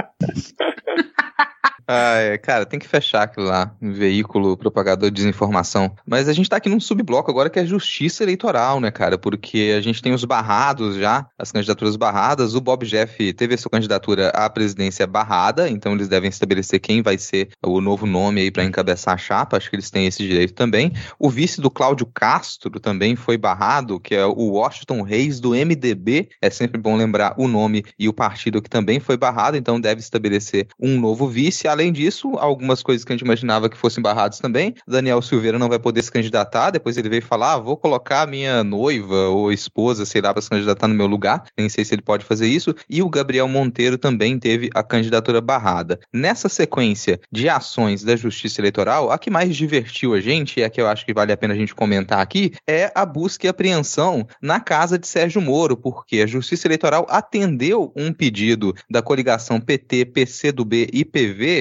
Ah, é, cara, tem que fechar aquilo lá, um veículo propagador de desinformação. Mas a gente tá aqui num subbloco agora que é justiça eleitoral, né, cara? Porque a gente tem os barrados já, as candidaturas barradas. O Bob Jeff teve a sua candidatura à presidência barrada, então eles devem estabelecer quem vai ser o novo nome aí pra encabeçar a chapa. Acho que eles têm esse direito também. O vice do Cláudio Castro também foi barrado, que é o Washington Reis do M D B. É sempre bom lembrar o nome e o partido que também foi barrado, então deve estabelecer um novo vice. Além disso, algumas coisas que a gente imaginava que fossem barradas também. Daniel Silveira não vai poder se candidatar, depois ele veio falar, ah, vou colocar a minha noiva ou esposa, sei lá, para se candidatar no meu lugar, nem sei se ele pode fazer isso, e o Gabriel Monteiro também teve a candidatura barrada. Nessa sequência de ações da Justiça Eleitoral, a que mais divertiu a gente, e a que eu acho que vale a pena a gente comentar aqui, é a busca e apreensão na casa de Sérgio Moro, porque a Justiça Eleitoral atendeu um pedido da coligação P T, P C do B e P V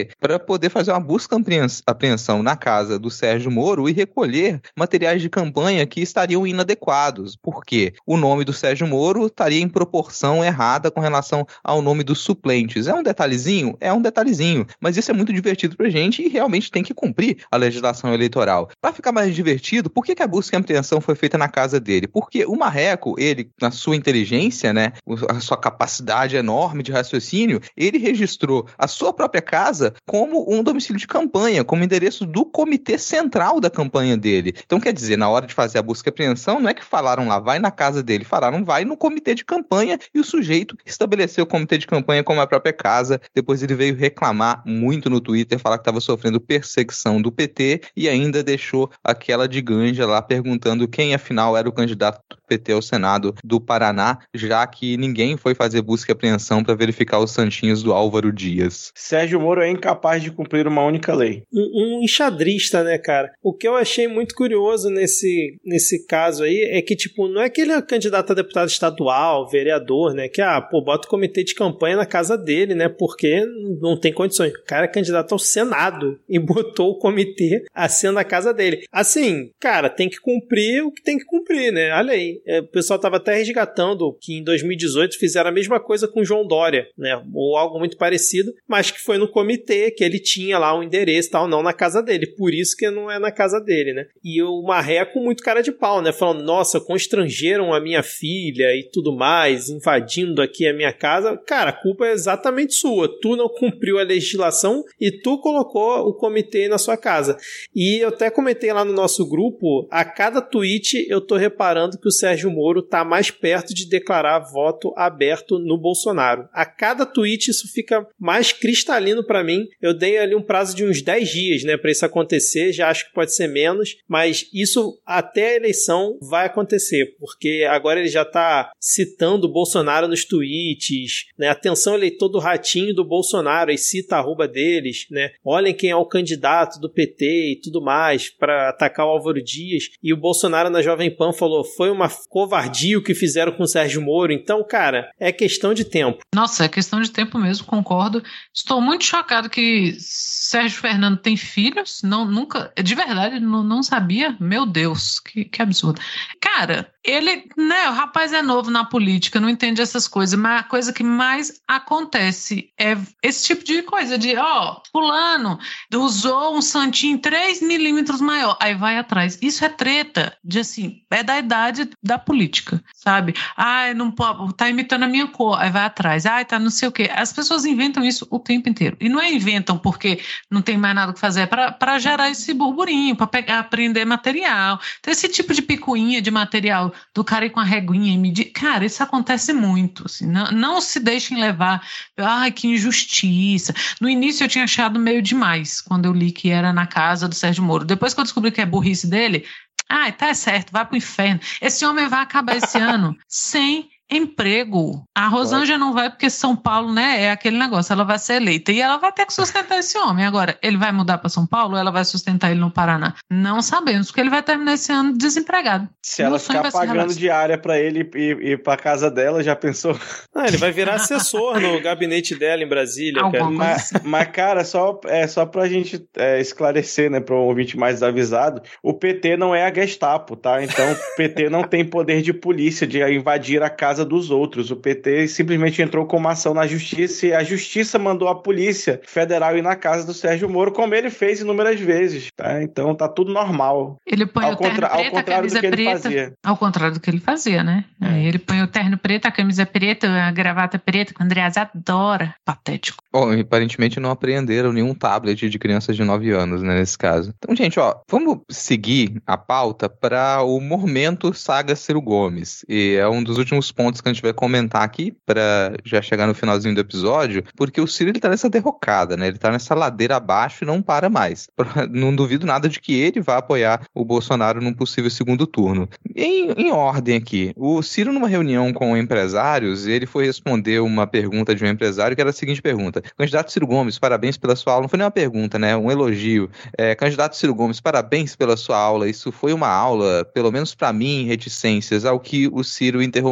quê? Para poder fazer uma busca apreensão na casa do Sérgio Moro e recolher materiais de campanha que estariam inadequados. Por quê? O nome do Sérgio Moro estaria em proporção errada com relação ao nome dos suplentes. É um detalhezinho? É um detalhezinho. Mas isso é muito divertido pra gente e realmente tem que cumprir a legislação eleitoral. Para ficar mais divertido, por que, que a busca e apreensão foi feita na casa dele? Porque o Marreco, ele, na sua inteligência, né, a sua capacidade enorme de raciocínio, ele registrou a sua própria casa como um domicílio de campanha, como endereço do comitê central da campanha dele. Então, quer dizer, na hora de fazer a busca e apreensão, não é que falaram lá, vai na casa dele, falaram, vai no comitê de campanha, e o sujeito estabeleceu o comitê de campanha como a própria casa. Depois ele veio reclamar muito no Twitter, falar que estava sofrendo perseguição do P T, e ainda deixou aquela de Ganja lá perguntando quem afinal era o candidato do P T ao Senado do Paraná, já que ninguém foi fazer busca e apreensão para verificar os santinhos do Álvaro Dias. Sérgio Moro é incapaz de cumprir uma única lei. Um, um enxadrista, né, cara? O que eu achei muito curioso nesse, nesse caso aí é que, tipo, não é que ele é candidato a deputado estadual, vereador, né? Que, ah, pô, bota o comitê de campanha na casa dele, né? Porque não tem condições. O cara é candidato ao Senado e botou o comitê assim na casa dele. Assim, cara, tem que cumprir o que tem que cumprir, né? A lei. É, o pessoal tava até resgatando que em dois mil e dezoito fizeram a mesma coisa com João Dória, né? Ou algo muito parecido, mas que foi no comitê, que ele tinha lá um endereço e tal, não na casa dele. Por isso que não é na casa dele, né? E o Marreco muito cara de pau, né? Falando, nossa, constrangeram a minha filha e tudo mais, invadindo aqui a minha casa. Cara, a culpa é exatamente sua. Tu não cumpriu a legislação e tu colocou o comitê na sua casa. E eu até comentei lá no nosso grupo, a cada tweet eu tô reparando que o Sérgio Moro tá mais perto de declarar voto aberto no Bolsonaro. A cada tweet isso fica mais cristalino pra mim. Eu dei ali um prazo de uns dez dias, né, pra isso acontecer. Já acho que pode ser menos, mas isso até a eleição vai acontecer, porque agora ele já tá citando o Bolsonaro nos tweets, né? Atenção, eleitor do ratinho do Bolsonaro, aí cita a arroba deles, né? Olhem quem é o candidato do P T e tudo mais, pra atacar o Álvaro Dias. E o Bolsonaro na Jovem Pan falou, foi uma covardia o que fizeram com o Sérgio Moro. Então, cara, é questão de tempo. Nossa, é questão de tempo mesmo, concordo. Estou muito chocado que Sérgio Fernando tem filhos, não, nunca, de verdade, não, não sabia. Meu Deus, que, que absurdo. Cara, ele, né, o rapaz é novo na política, não entende essas coisas, mas a coisa que mais acontece é esse tipo de coisa, de, ó, fulano usou um santinho três milímetros maior, aí vai atrás. Isso é treta, de assim, é da idade da política, sabe? Ai, não pode, tá imitando a minha cor, aí vai atrás. Ai, tá não sei o quê. As pessoas inventam isso o tempo inteiro. E não é inventam porque não tem mais nada o que fazer, é pra, pra gerar esse burburinho, pra pegar, aprender material. Então, esse tipo de picuinha de material do cara ir com a reguinha e medir. Cara, isso acontece muito. Assim, não, não se deixem levar. Ai, que injustiça. No início eu tinha achado meio demais quando eu li que era na casa do Sérgio Moro. Depois que eu descobri que é burrice dele, ai, tá certo, vai pro inferno. Esse homem vai acabar esse ano sem emprego. A Rosângela não vai porque São Paulo, né, é aquele negócio, ela vai ser eleita e ela vai ter que sustentar esse homem. Agora, ele vai mudar para São Paulo ou ela vai sustentar ele no Paraná? Não sabemos, porque ele vai terminar esse ano desempregado. Se ela ficar pagando diária para ele ir, ir para casa dela, já pensou? Ah, ele vai virar assessor no gabinete dela em Brasília, Alguma cara. Mas, mas, cara, só, é, só pra gente é, esclarecer, né, para um ouvinte mais desavisado, o P T não é a Gestapo, tá? Então, o P T não tem poder de polícia de invadir a casa dos outros. O P T simplesmente entrou com uma ação na justiça e a justiça mandou a polícia federal ir na casa do Sérgio Moro, como ele fez inúmeras vezes, tá? Então tá tudo normal. Ele põe ao o terno contra... preto, ao contrário a camisa do que ele preta. fazia. Ao contrário do que ele fazia, né? É. Ele põe o terno preto, a camisa preta, a gravata preta, que o Andreas adora. Patético. Bom, aparentemente não apreenderam nenhum tablet de crianças de nove anos, né, nesse caso. Então, gente, ó, vamos seguir a pauta para o momento saga Ciro Gomes. E é um dos últimos pontos que a gente vai comentar aqui, para já chegar no finalzinho do episódio, porque o Ciro, ele tá nessa derrocada, né? Ele tá nessa ladeira abaixo e não para mais. Não duvido nada de que ele vá apoiar o Bolsonaro num possível segundo turno. Em, em ordem aqui, o Ciro, numa reunião com empresários, ele foi responder uma pergunta de um empresário, que era a seguinte pergunta: candidato Ciro Gomes, parabéns pela sua aula. Não foi nem uma pergunta, né? Um elogio. É, candidato Ciro Gomes, parabéns pela sua aula. Isso foi uma aula, pelo menos para mim, reticências, ao que o Ciro interrompeu e comentou.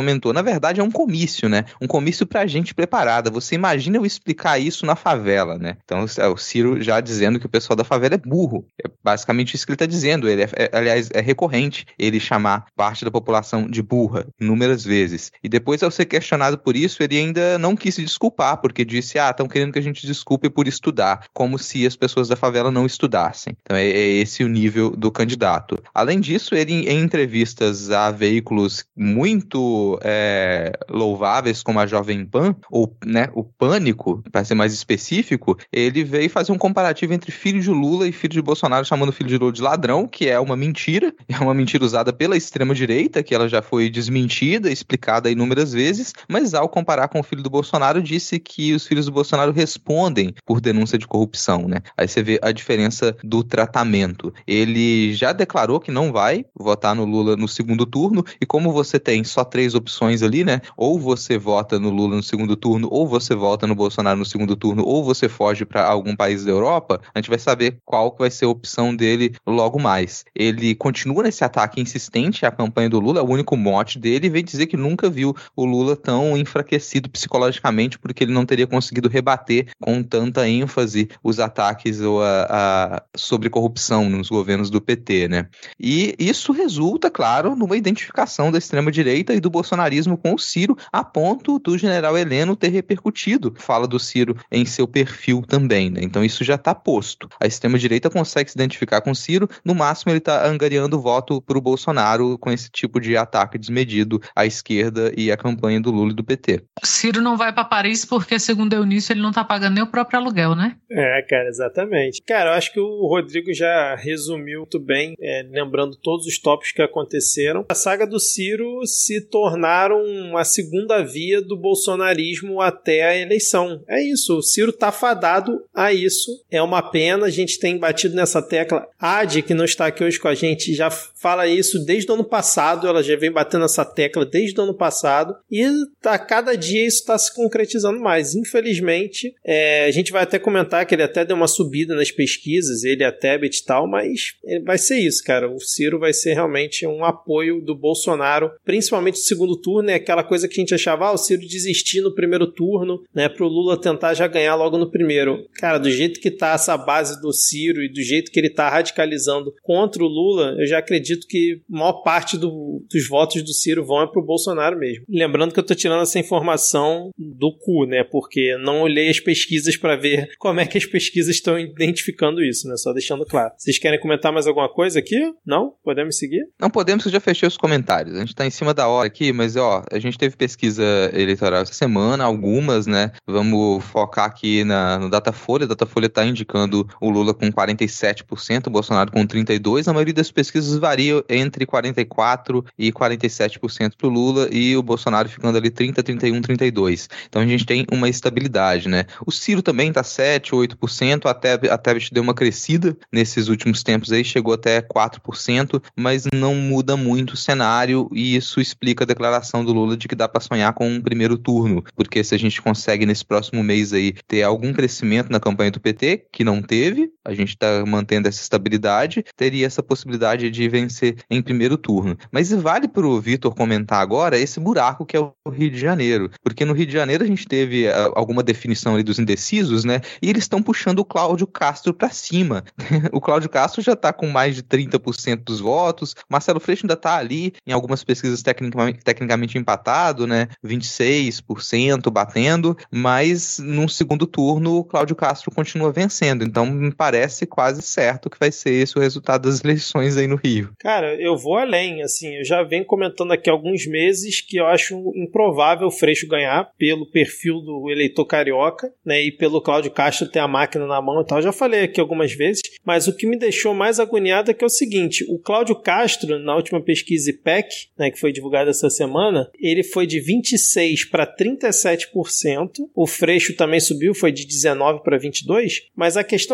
comentou. Na verdade, é um comício, né? Um comício pra gente preparada. Você imagina eu explicar isso na favela, né? Então, o Ciro já dizendo que o pessoal da favela é burro. É basicamente isso que ele tá dizendo. Ele é, é, aliás, é recorrente ele chamar parte da população de burra inúmeras vezes. E depois, ao ser questionado por isso, ele ainda não quis se desculpar, porque disse, ah, estão querendo que a gente desculpe por estudar, como se as pessoas da favela não estudassem. Então, é, é esse o nível do candidato. Além disso, ele, em entrevistas a veículos muito é, louváveis, como a Jovem Pan, ou né, o Pânico, para ser mais específico, ele veio fazer um comparativo entre filho de Lula e filho de Bolsonaro, chamando o filho de Lula de ladrão, que é uma mentira, é uma mentira usada pela extrema-direita, que ela já foi desmentida, explicada inúmeras vezes, mas ao comparar com o filho do Bolsonaro, disse que os filhos do Bolsonaro respondem por denúncia de corrupção, né? Aí você vê a diferença do tratamento. Ele já declarou que não vai votar no Lula no segundo turno, e como você tem só três opções ali, né? Ou você vota no Lula no segundo turno, ou você vota no Bolsonaro no segundo turno, ou você foge para algum país da Europa, a gente vai saber qual que vai ser a opção dele logo mais. Ele continua nesse ataque insistente à campanha do Lula, é o único mote dele, e vem dizer que nunca viu o Lula tão enfraquecido psicologicamente, porque ele não teria conseguido rebater com tanta ênfase os ataques ou a, a, sobre corrupção nos governos do P T, né? E isso resulta, claro, numa identificação da extrema-direita e do bolsonarismo com o Ciro, a ponto do general Heleno ter repercutido fala do Ciro em seu perfil também, né? Então isso já está posto. A extrema-direita consegue se identificar com o Ciro, no máximo ele está angariando voto para o Bolsonaro com esse tipo de ataque desmedido à esquerda e à campanha do Lula e do P T. Ciro não vai para Paris porque, segundo Eunício, ele não está pagando nem o próprio aluguel, né? É, cara, exatamente. Cara, eu acho que o Rodrigo já resumiu muito bem, é, lembrando todos os tópicos que aconteceram. A saga do Ciro se tornaram a segunda via do bolsonarismo até a eleição. É isso, o Ciro tá fadado a isso. É uma pena, a gente tem batido nessa tecla. A Adi, que não está aqui hoje com a gente, já fala isso desde o ano passado, ela já vem batendo essa tecla desde o ano passado, e a cada dia isso está se concretizando mais. Infelizmente, é, a gente vai até comentar que ele até deu uma subida nas pesquisas, ele, a Tebet e tal, mas vai ser isso, cara. O Ciro vai ser realmente um apoio do Bolsonaro, principalmente no segundo turno, é aquela coisa que a gente achava, ah, o Ciro desistir no primeiro turno, né, pro Lula tentar já ganhar logo no primeiro. Cara, do jeito que tá essa base do Ciro e do jeito que ele tá radicalizando contra o Lula, eu já acredito que a maior parte do, dos votos do Ciro vão é pro Bolsonaro mesmo. Lembrando que eu tô tirando essa informação do cu, né, porque não olhei as pesquisas para ver como é que as pesquisas estão identificando isso, né, só deixando claro. Vocês querem comentar mais alguma coisa aqui? Não? Podemos seguir? Não podemos, que eu já fechei os comentários. A gente tá em cima da hora aqui, mas ó, a gente teve pesquisa eleitoral essa semana, algumas, né, vamos focar aqui na, no Datafolha. O Datafolha tá indicando o Lula com quarenta e sete por cento, o Bolsonaro com trinta e dois por cento. A maioria das pesquisas varia entre quarenta e quatro por cento e quarenta e sete por cento pro Lula, e o Bolsonaro ficando ali trinta, trinta e um, trinta e dois por cento. Então a gente tem uma estabilidade, né? O Ciro também tá sete, oito por cento, até a Tebet deu uma crescida nesses últimos tempos aí, chegou até quatro por cento, mas não muda muito o cenário, e isso explica a declaração do Lula de que dá para sonhar com um primeiro turno, porque se a gente consegue nesse próximo mês aí ter algum crescimento na campanha do P T, que não teve, a gente está mantendo essa estabilidade, teria essa possibilidade de vencer em primeiro turno. Mas vale para o Vitor comentar agora esse buraco que é o Rio de Janeiro, porque no Rio de Janeiro a gente teve uh, alguma definição ali dos indecisos, né, e eles estão puxando o Cláudio Castro para cima. O Cláudio Castro já está com mais de trinta por cento dos votos, Marcelo Freixo ainda está ali em algumas pesquisas tecnicamente, tecnicamente empatado, né, vinte e seis por cento batendo, mas no segundo turno o Cláudio Castro continua vencendo, então me parece quase certo que vai ser esse o resultado das eleições aí no Rio. Cara, eu vou além, assim, eu já venho comentando aqui há alguns meses que eu acho improvável o Freixo ganhar pelo perfil do eleitor carioca, né, e pelo Cláudio Castro ter a máquina na mão e tal, eu já falei aqui algumas vezes, mas o que me deixou mais agoniado é que é o seguinte, o Cláudio Castro, na última pesquisa I P E C, né, que foi divulgada essa semana, ele foi de vinte e seis para trinta e sete por cento, o Freixo também subiu, foi de dezenove para vinte e dois, mas a questão é, o Cláudio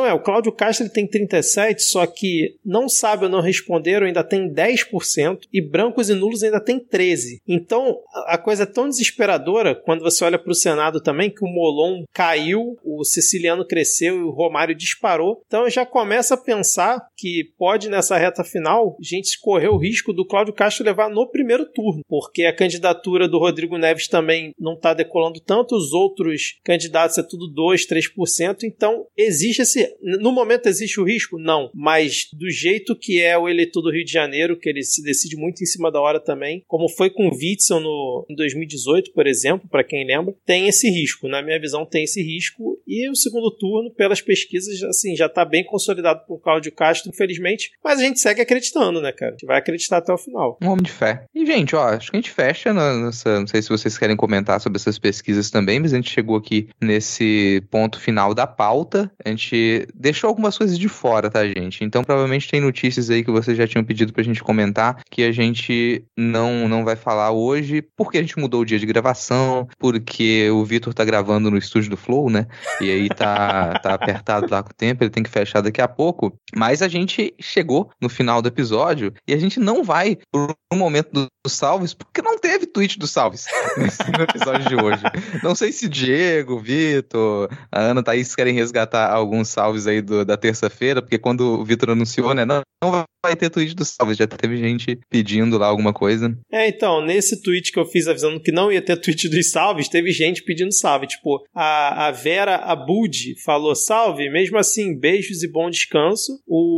Cláudio Castro ele tem trinta e sete por cento, só que não sabe ou não responderam ainda tem dez por cento e brancos e nulos ainda tem treze por cento. Então, a coisa é tão desesperadora quando você olha para o Senado também, que o Molon caiu, o Siciliano cresceu e o Romário disparou. Então, já começa a pensar que pode, nessa reta final, a gente correr o risco do Cláudio Castro levar no primeiro turno, porque a candidatura do Rodrigo Neves também não está decolando tanto, os outros candidatos é tudo dois, três por cento, então existe esse... No momento existe o risco? Não, mas do jeito que é o eleitor do Rio de Janeiro, que ele se decide muito em cima da hora também, como foi com o Witzel no, em dois mil e dezoito, por exemplo, para quem lembra, tem esse risco, na minha visão tem esse risco, e o segundo turno, pelas pesquisas, assim, já está bem consolidado por Cláudio Castro, infelizmente, mas a gente segue acreditando, né, cara? A gente vai acreditar até o final. Um homem de fé. E, gente, ó, acho que a gente fecha nessa, não sei se vocês querem comentar sobre essas pesquisas também, mas a gente chegou aqui nesse ponto final da pauta, a gente deixou algumas coisas de fora, tá, gente? Então, provavelmente tem notícias aí que vocês já tinham pedido pra gente comentar, que a gente não, não vai falar hoje, porque a gente mudou o dia de gravação, porque o Vitor tá gravando no estúdio do Flow, né? E aí tá, tá apertado lá com o tempo, ele tem que fechar daqui a pouco, mas a gente chegou no final do episódio e a gente não vai pro momento dos salves, porque não teve tweet dos salves no episódio de hoje. Não sei se Diego, Vitor, a Ana, Thaís querem resgatar alguns salves aí do, da terça-feira, porque quando o Vitor anunciou, né, não, não vai ter tweet dos salves, já teve gente pedindo lá alguma coisa. É, então, nesse tweet que eu fiz avisando que não ia ter tweet dos salves, teve gente pedindo salve, tipo, a, a Vera Abud falou salve, mesmo assim, beijos e bom descanso.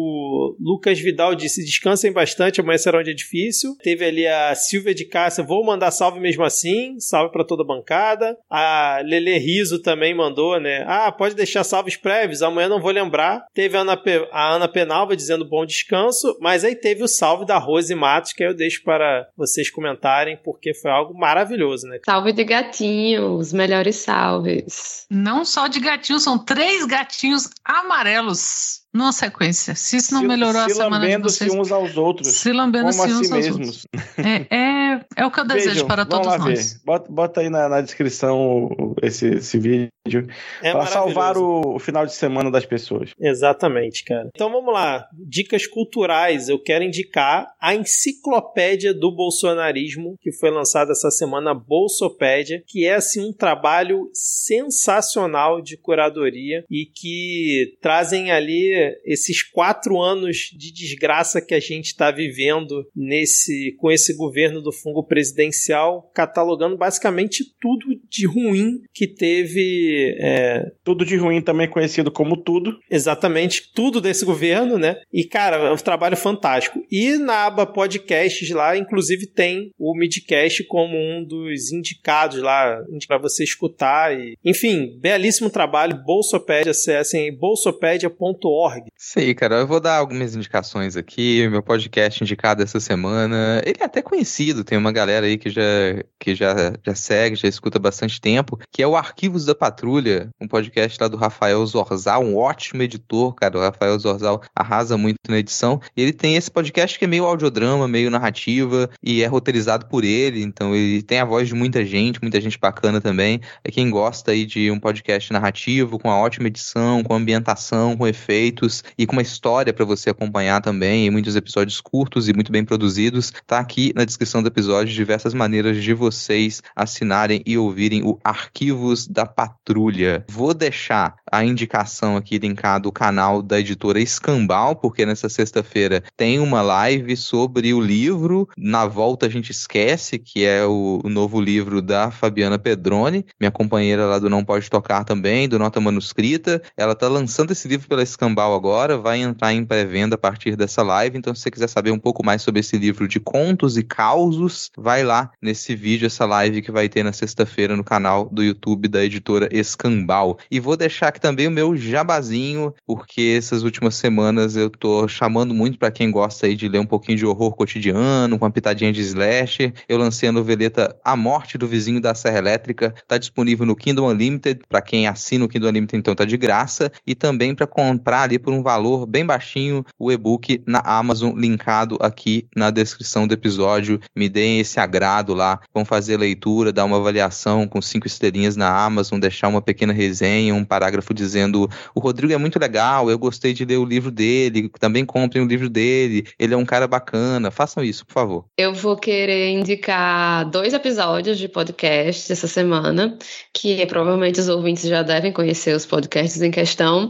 O Lucas Vidal disse, descansem bastante, amanhã será um dia difícil. Teve ali a Silvia de Cássia, vou mandar salve mesmo assim, salve pra toda a bancada. A Lele Riso também mandou, né, ah, pode deixar salves prévios, amanhã não vou lembrar. Teve a Ana, Pe- a Ana Penalva dizendo bom descanso, mas aí teve o salve da Rose Matos, que aí eu deixo para vocês comentarem, porque foi algo maravilhoso, né? Salve de gatinho, os melhores salves. Não só de gatinho, são três gatinhos amarelos numa sequência. Se isso não se, melhorou se a semana de vocês... Se uns aos outros. Se lambendo-se como uns assim aos mesmos. outros. É, é, é o que eu desejo Vejam, para todos vamos lá nós. Ver. Bota, bota aí na, na descrição esse, esse vídeo. É para salvar o, o final de semana das pessoas. Exatamente, cara. Então vamos lá. Dicas culturais. Eu quero indicar a enciclopédia do bolsonarismo, que foi lançada essa semana, a Bolsopédia, que é assim um trabalho sensacional de curadoria e que trazem ali esses quatro anos de desgraça que a gente está vivendo nesse, com esse governo do fungo presidencial, catalogando basicamente tudo de ruim que teve. É... Tudo de ruim também conhecido como tudo. Exatamente, tudo desse governo, né? E, cara, é um trabalho fantástico. E na aba podcasts lá, inclusive, tem o Midcast como um dos indicados lá para você escutar. E... Enfim, belíssimo trabalho. Bolsopédia, acessem bolsopédia ponto org. Sei, cara, eu vou dar algumas indicações aqui. Meu podcast indicado essa semana, ele é até conhecido, tem uma galera aí que já, que já, já segue, já escuta há bastante tempo, que é o Arquivos da Patrulha, um podcast lá do Rafael Zorzal, um ótimo editor, cara. O Rafael Zorzal arrasa muito na edição. E ele tem esse podcast que é meio audiodrama, meio narrativa, e é roteirizado por ele, então ele tem a voz de muita gente, muita gente bacana também. É quem gosta aí de um podcast narrativo, com uma ótima edição, com ambientação, com efeitos e com uma história para você acompanhar também, e muitos episódios curtos e muito bem produzidos. Tá aqui na descrição do episódio diversas maneiras de vocês assinarem e ouvirem o Arquivos da Patrulha. Vou deixar a indicação aqui linkado o canal da editora Escambau, porque nessa sexta-feira tem uma live sobre o livro Na Volta a Gente Esquece, que é o, o novo livro da Fabiana Pedroni, minha companheira lá do Não Pode Tocar também, do Nota Manuscrita. Ela tá lançando esse livro pela Escambau agora, vai entrar em pré-venda a partir dessa live, então se você quiser saber um pouco mais sobre esse livro de contos e causos, vai lá nesse vídeo, essa live que vai ter na sexta-feira no canal do YouTube da editora Escambau. E vou deixar aqui também o meu jabazinho, porque essas últimas semanas eu tô chamando muito pra quem gosta aí de ler um pouquinho de horror cotidiano, com uma pitadinha de slasher. Eu lancei a noveleta A Morte do Vizinho da Serra Elétrica, tá disponível no Kindle Unlimited, pra quem assina o Kindle Unlimited então tá de graça, e também pra comprar ali por um valor bem baixinho o e-book na Amazon, linkado aqui na descrição do episódio. Me deem esse agrado lá, vão fazer a leitura, dar uma avaliação com cinco estrelinhas na Amazon, deixar uma pequena resenha, um parágrafo dizendo: o Rodrigo é muito legal, eu gostei de ler o livro dele, também comprem o livro dele, ele é um cara bacana. Façam isso, por favor. Eu vou querer indicar dois episódios de podcast essa semana, que provavelmente os ouvintes já devem conhecer os podcasts em questão,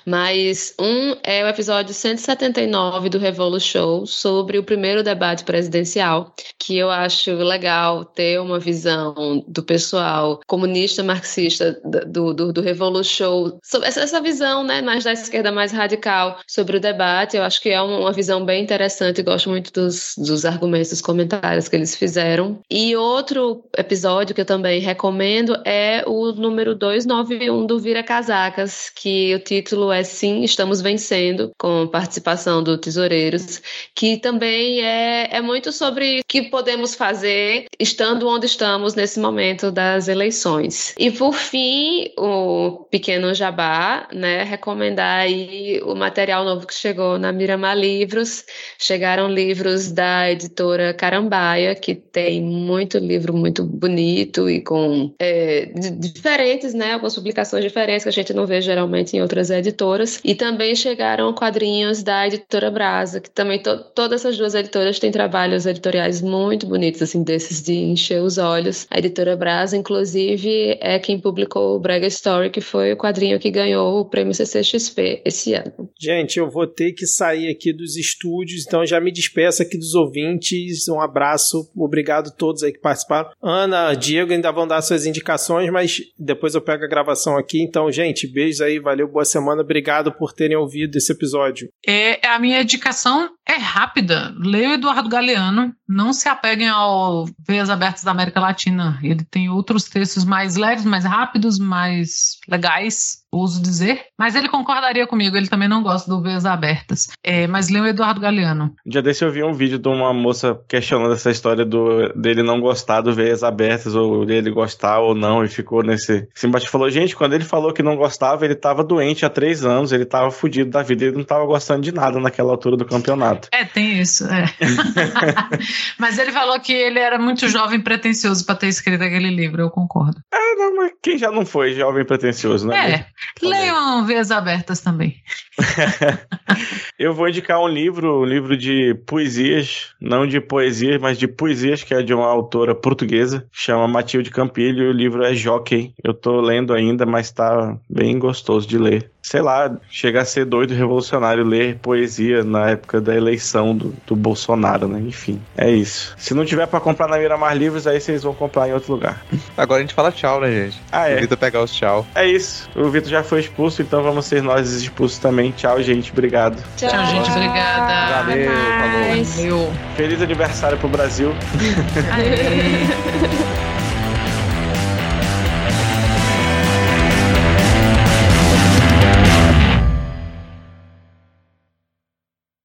mas um é o episódio cento e setenta e nove do Revolu Show, sobre o primeiro debate presidencial, que eu acho legal ter uma visão do pessoal comunista, marxista do, do, do Revolu Show, sobre essa, essa visão, né, mais da esquerda, mais radical sobre o debate. Eu acho que é uma visão bem interessante, gosto muito dos, dos argumentos, dos comentários que eles fizeram. E outro episódio que eu também recomendo é o número duzentos e noventa e um do Vira Casacas, que o título é Sim, Estamos Vencendo, com participação do Tesoureiros, que também é, é muito sobre o que podemos fazer estando onde estamos nesse momento das eleições. E por fim, o pequeno jabá, né, recomendar aí o material novo que chegou na Miramar Livros. Chegaram livros da editora Carambaia, que tem muito livro muito bonito e com é, diferentes, né, algumas publicações diferentes que a gente não vê geralmente em outras editoras. E também chegaram quadrinhos da editora Brasa, que também to- todas essas duas editoras têm trabalhos editoriais muito bonitos, assim, desses de encher os olhos. A editora Brasa, inclusive, é quem publicou o Brega Story, que foi o quadrinho que ganhou o prêmio C C X P esse ano. Gente, eu vou ter que sair aqui dos estúdios, então já me despeço aqui dos ouvintes. Um abraço, obrigado a todos aí que participaram. Ana, Diego ainda vão dar suas indicações, mas depois eu pego a gravação aqui. Então, gente, beijos aí, valeu, boa semana, obrigado por terem ouvido esse episódio. É, a minha indicação é rápida. Leia o Eduardo Galeano, não se apeguem ao Veias Abertas da América Latina. Ele tem outros textos mais leves, mais rápidos, mais legais, ouso dizer. Mas ele concordaria comigo, ele também não gosta do Veias Abertas. É, mas leia o Eduardo Galeano. Um dia desse eu vi um vídeo de uma moça questionando essa história do, dele não gostar do Veias Abertas, ou dele gostar ou não, e ficou nesse... Esse embate falou, gente, quando ele falou que não gostava, ele tava doente há três anos, ele tava fudido da vida, ele não tava gostando de nada naquela altura do campeonato. É, tem isso, é. Mas ele falou que ele era muito jovem e pretencioso para ter escrito aquele livro, eu concordo. É, não, mas quem já não foi jovem e pretencioso, né? É, leiam Veias Abertas também. Eu vou indicar um livro, um livro de poesias, não de poesias, mas de poesias, que é de uma autora portuguesa, chama Matilde Campilho, e o livro é Jockey. Eu tô lendo ainda, mas tá bem gostoso de ler. Sei lá, chega a ser doido revolucionário ler poesia na época da eleição do, do Bolsonaro, né? Enfim, é isso. Se não tiver pra comprar na Miramar Livros, aí vocês vão comprar em outro lugar. Agora a gente fala tchau, né, gente? Ah, é? O Vitor pegar os tchau. É isso. O Vitor já foi expulso, então vamos ser nós expulsos também. Tchau, gente. Obrigado. Tchau, Tchau gente. Obrigada. Valeu. Valeu. Feliz aniversário pro Brasil. Aê.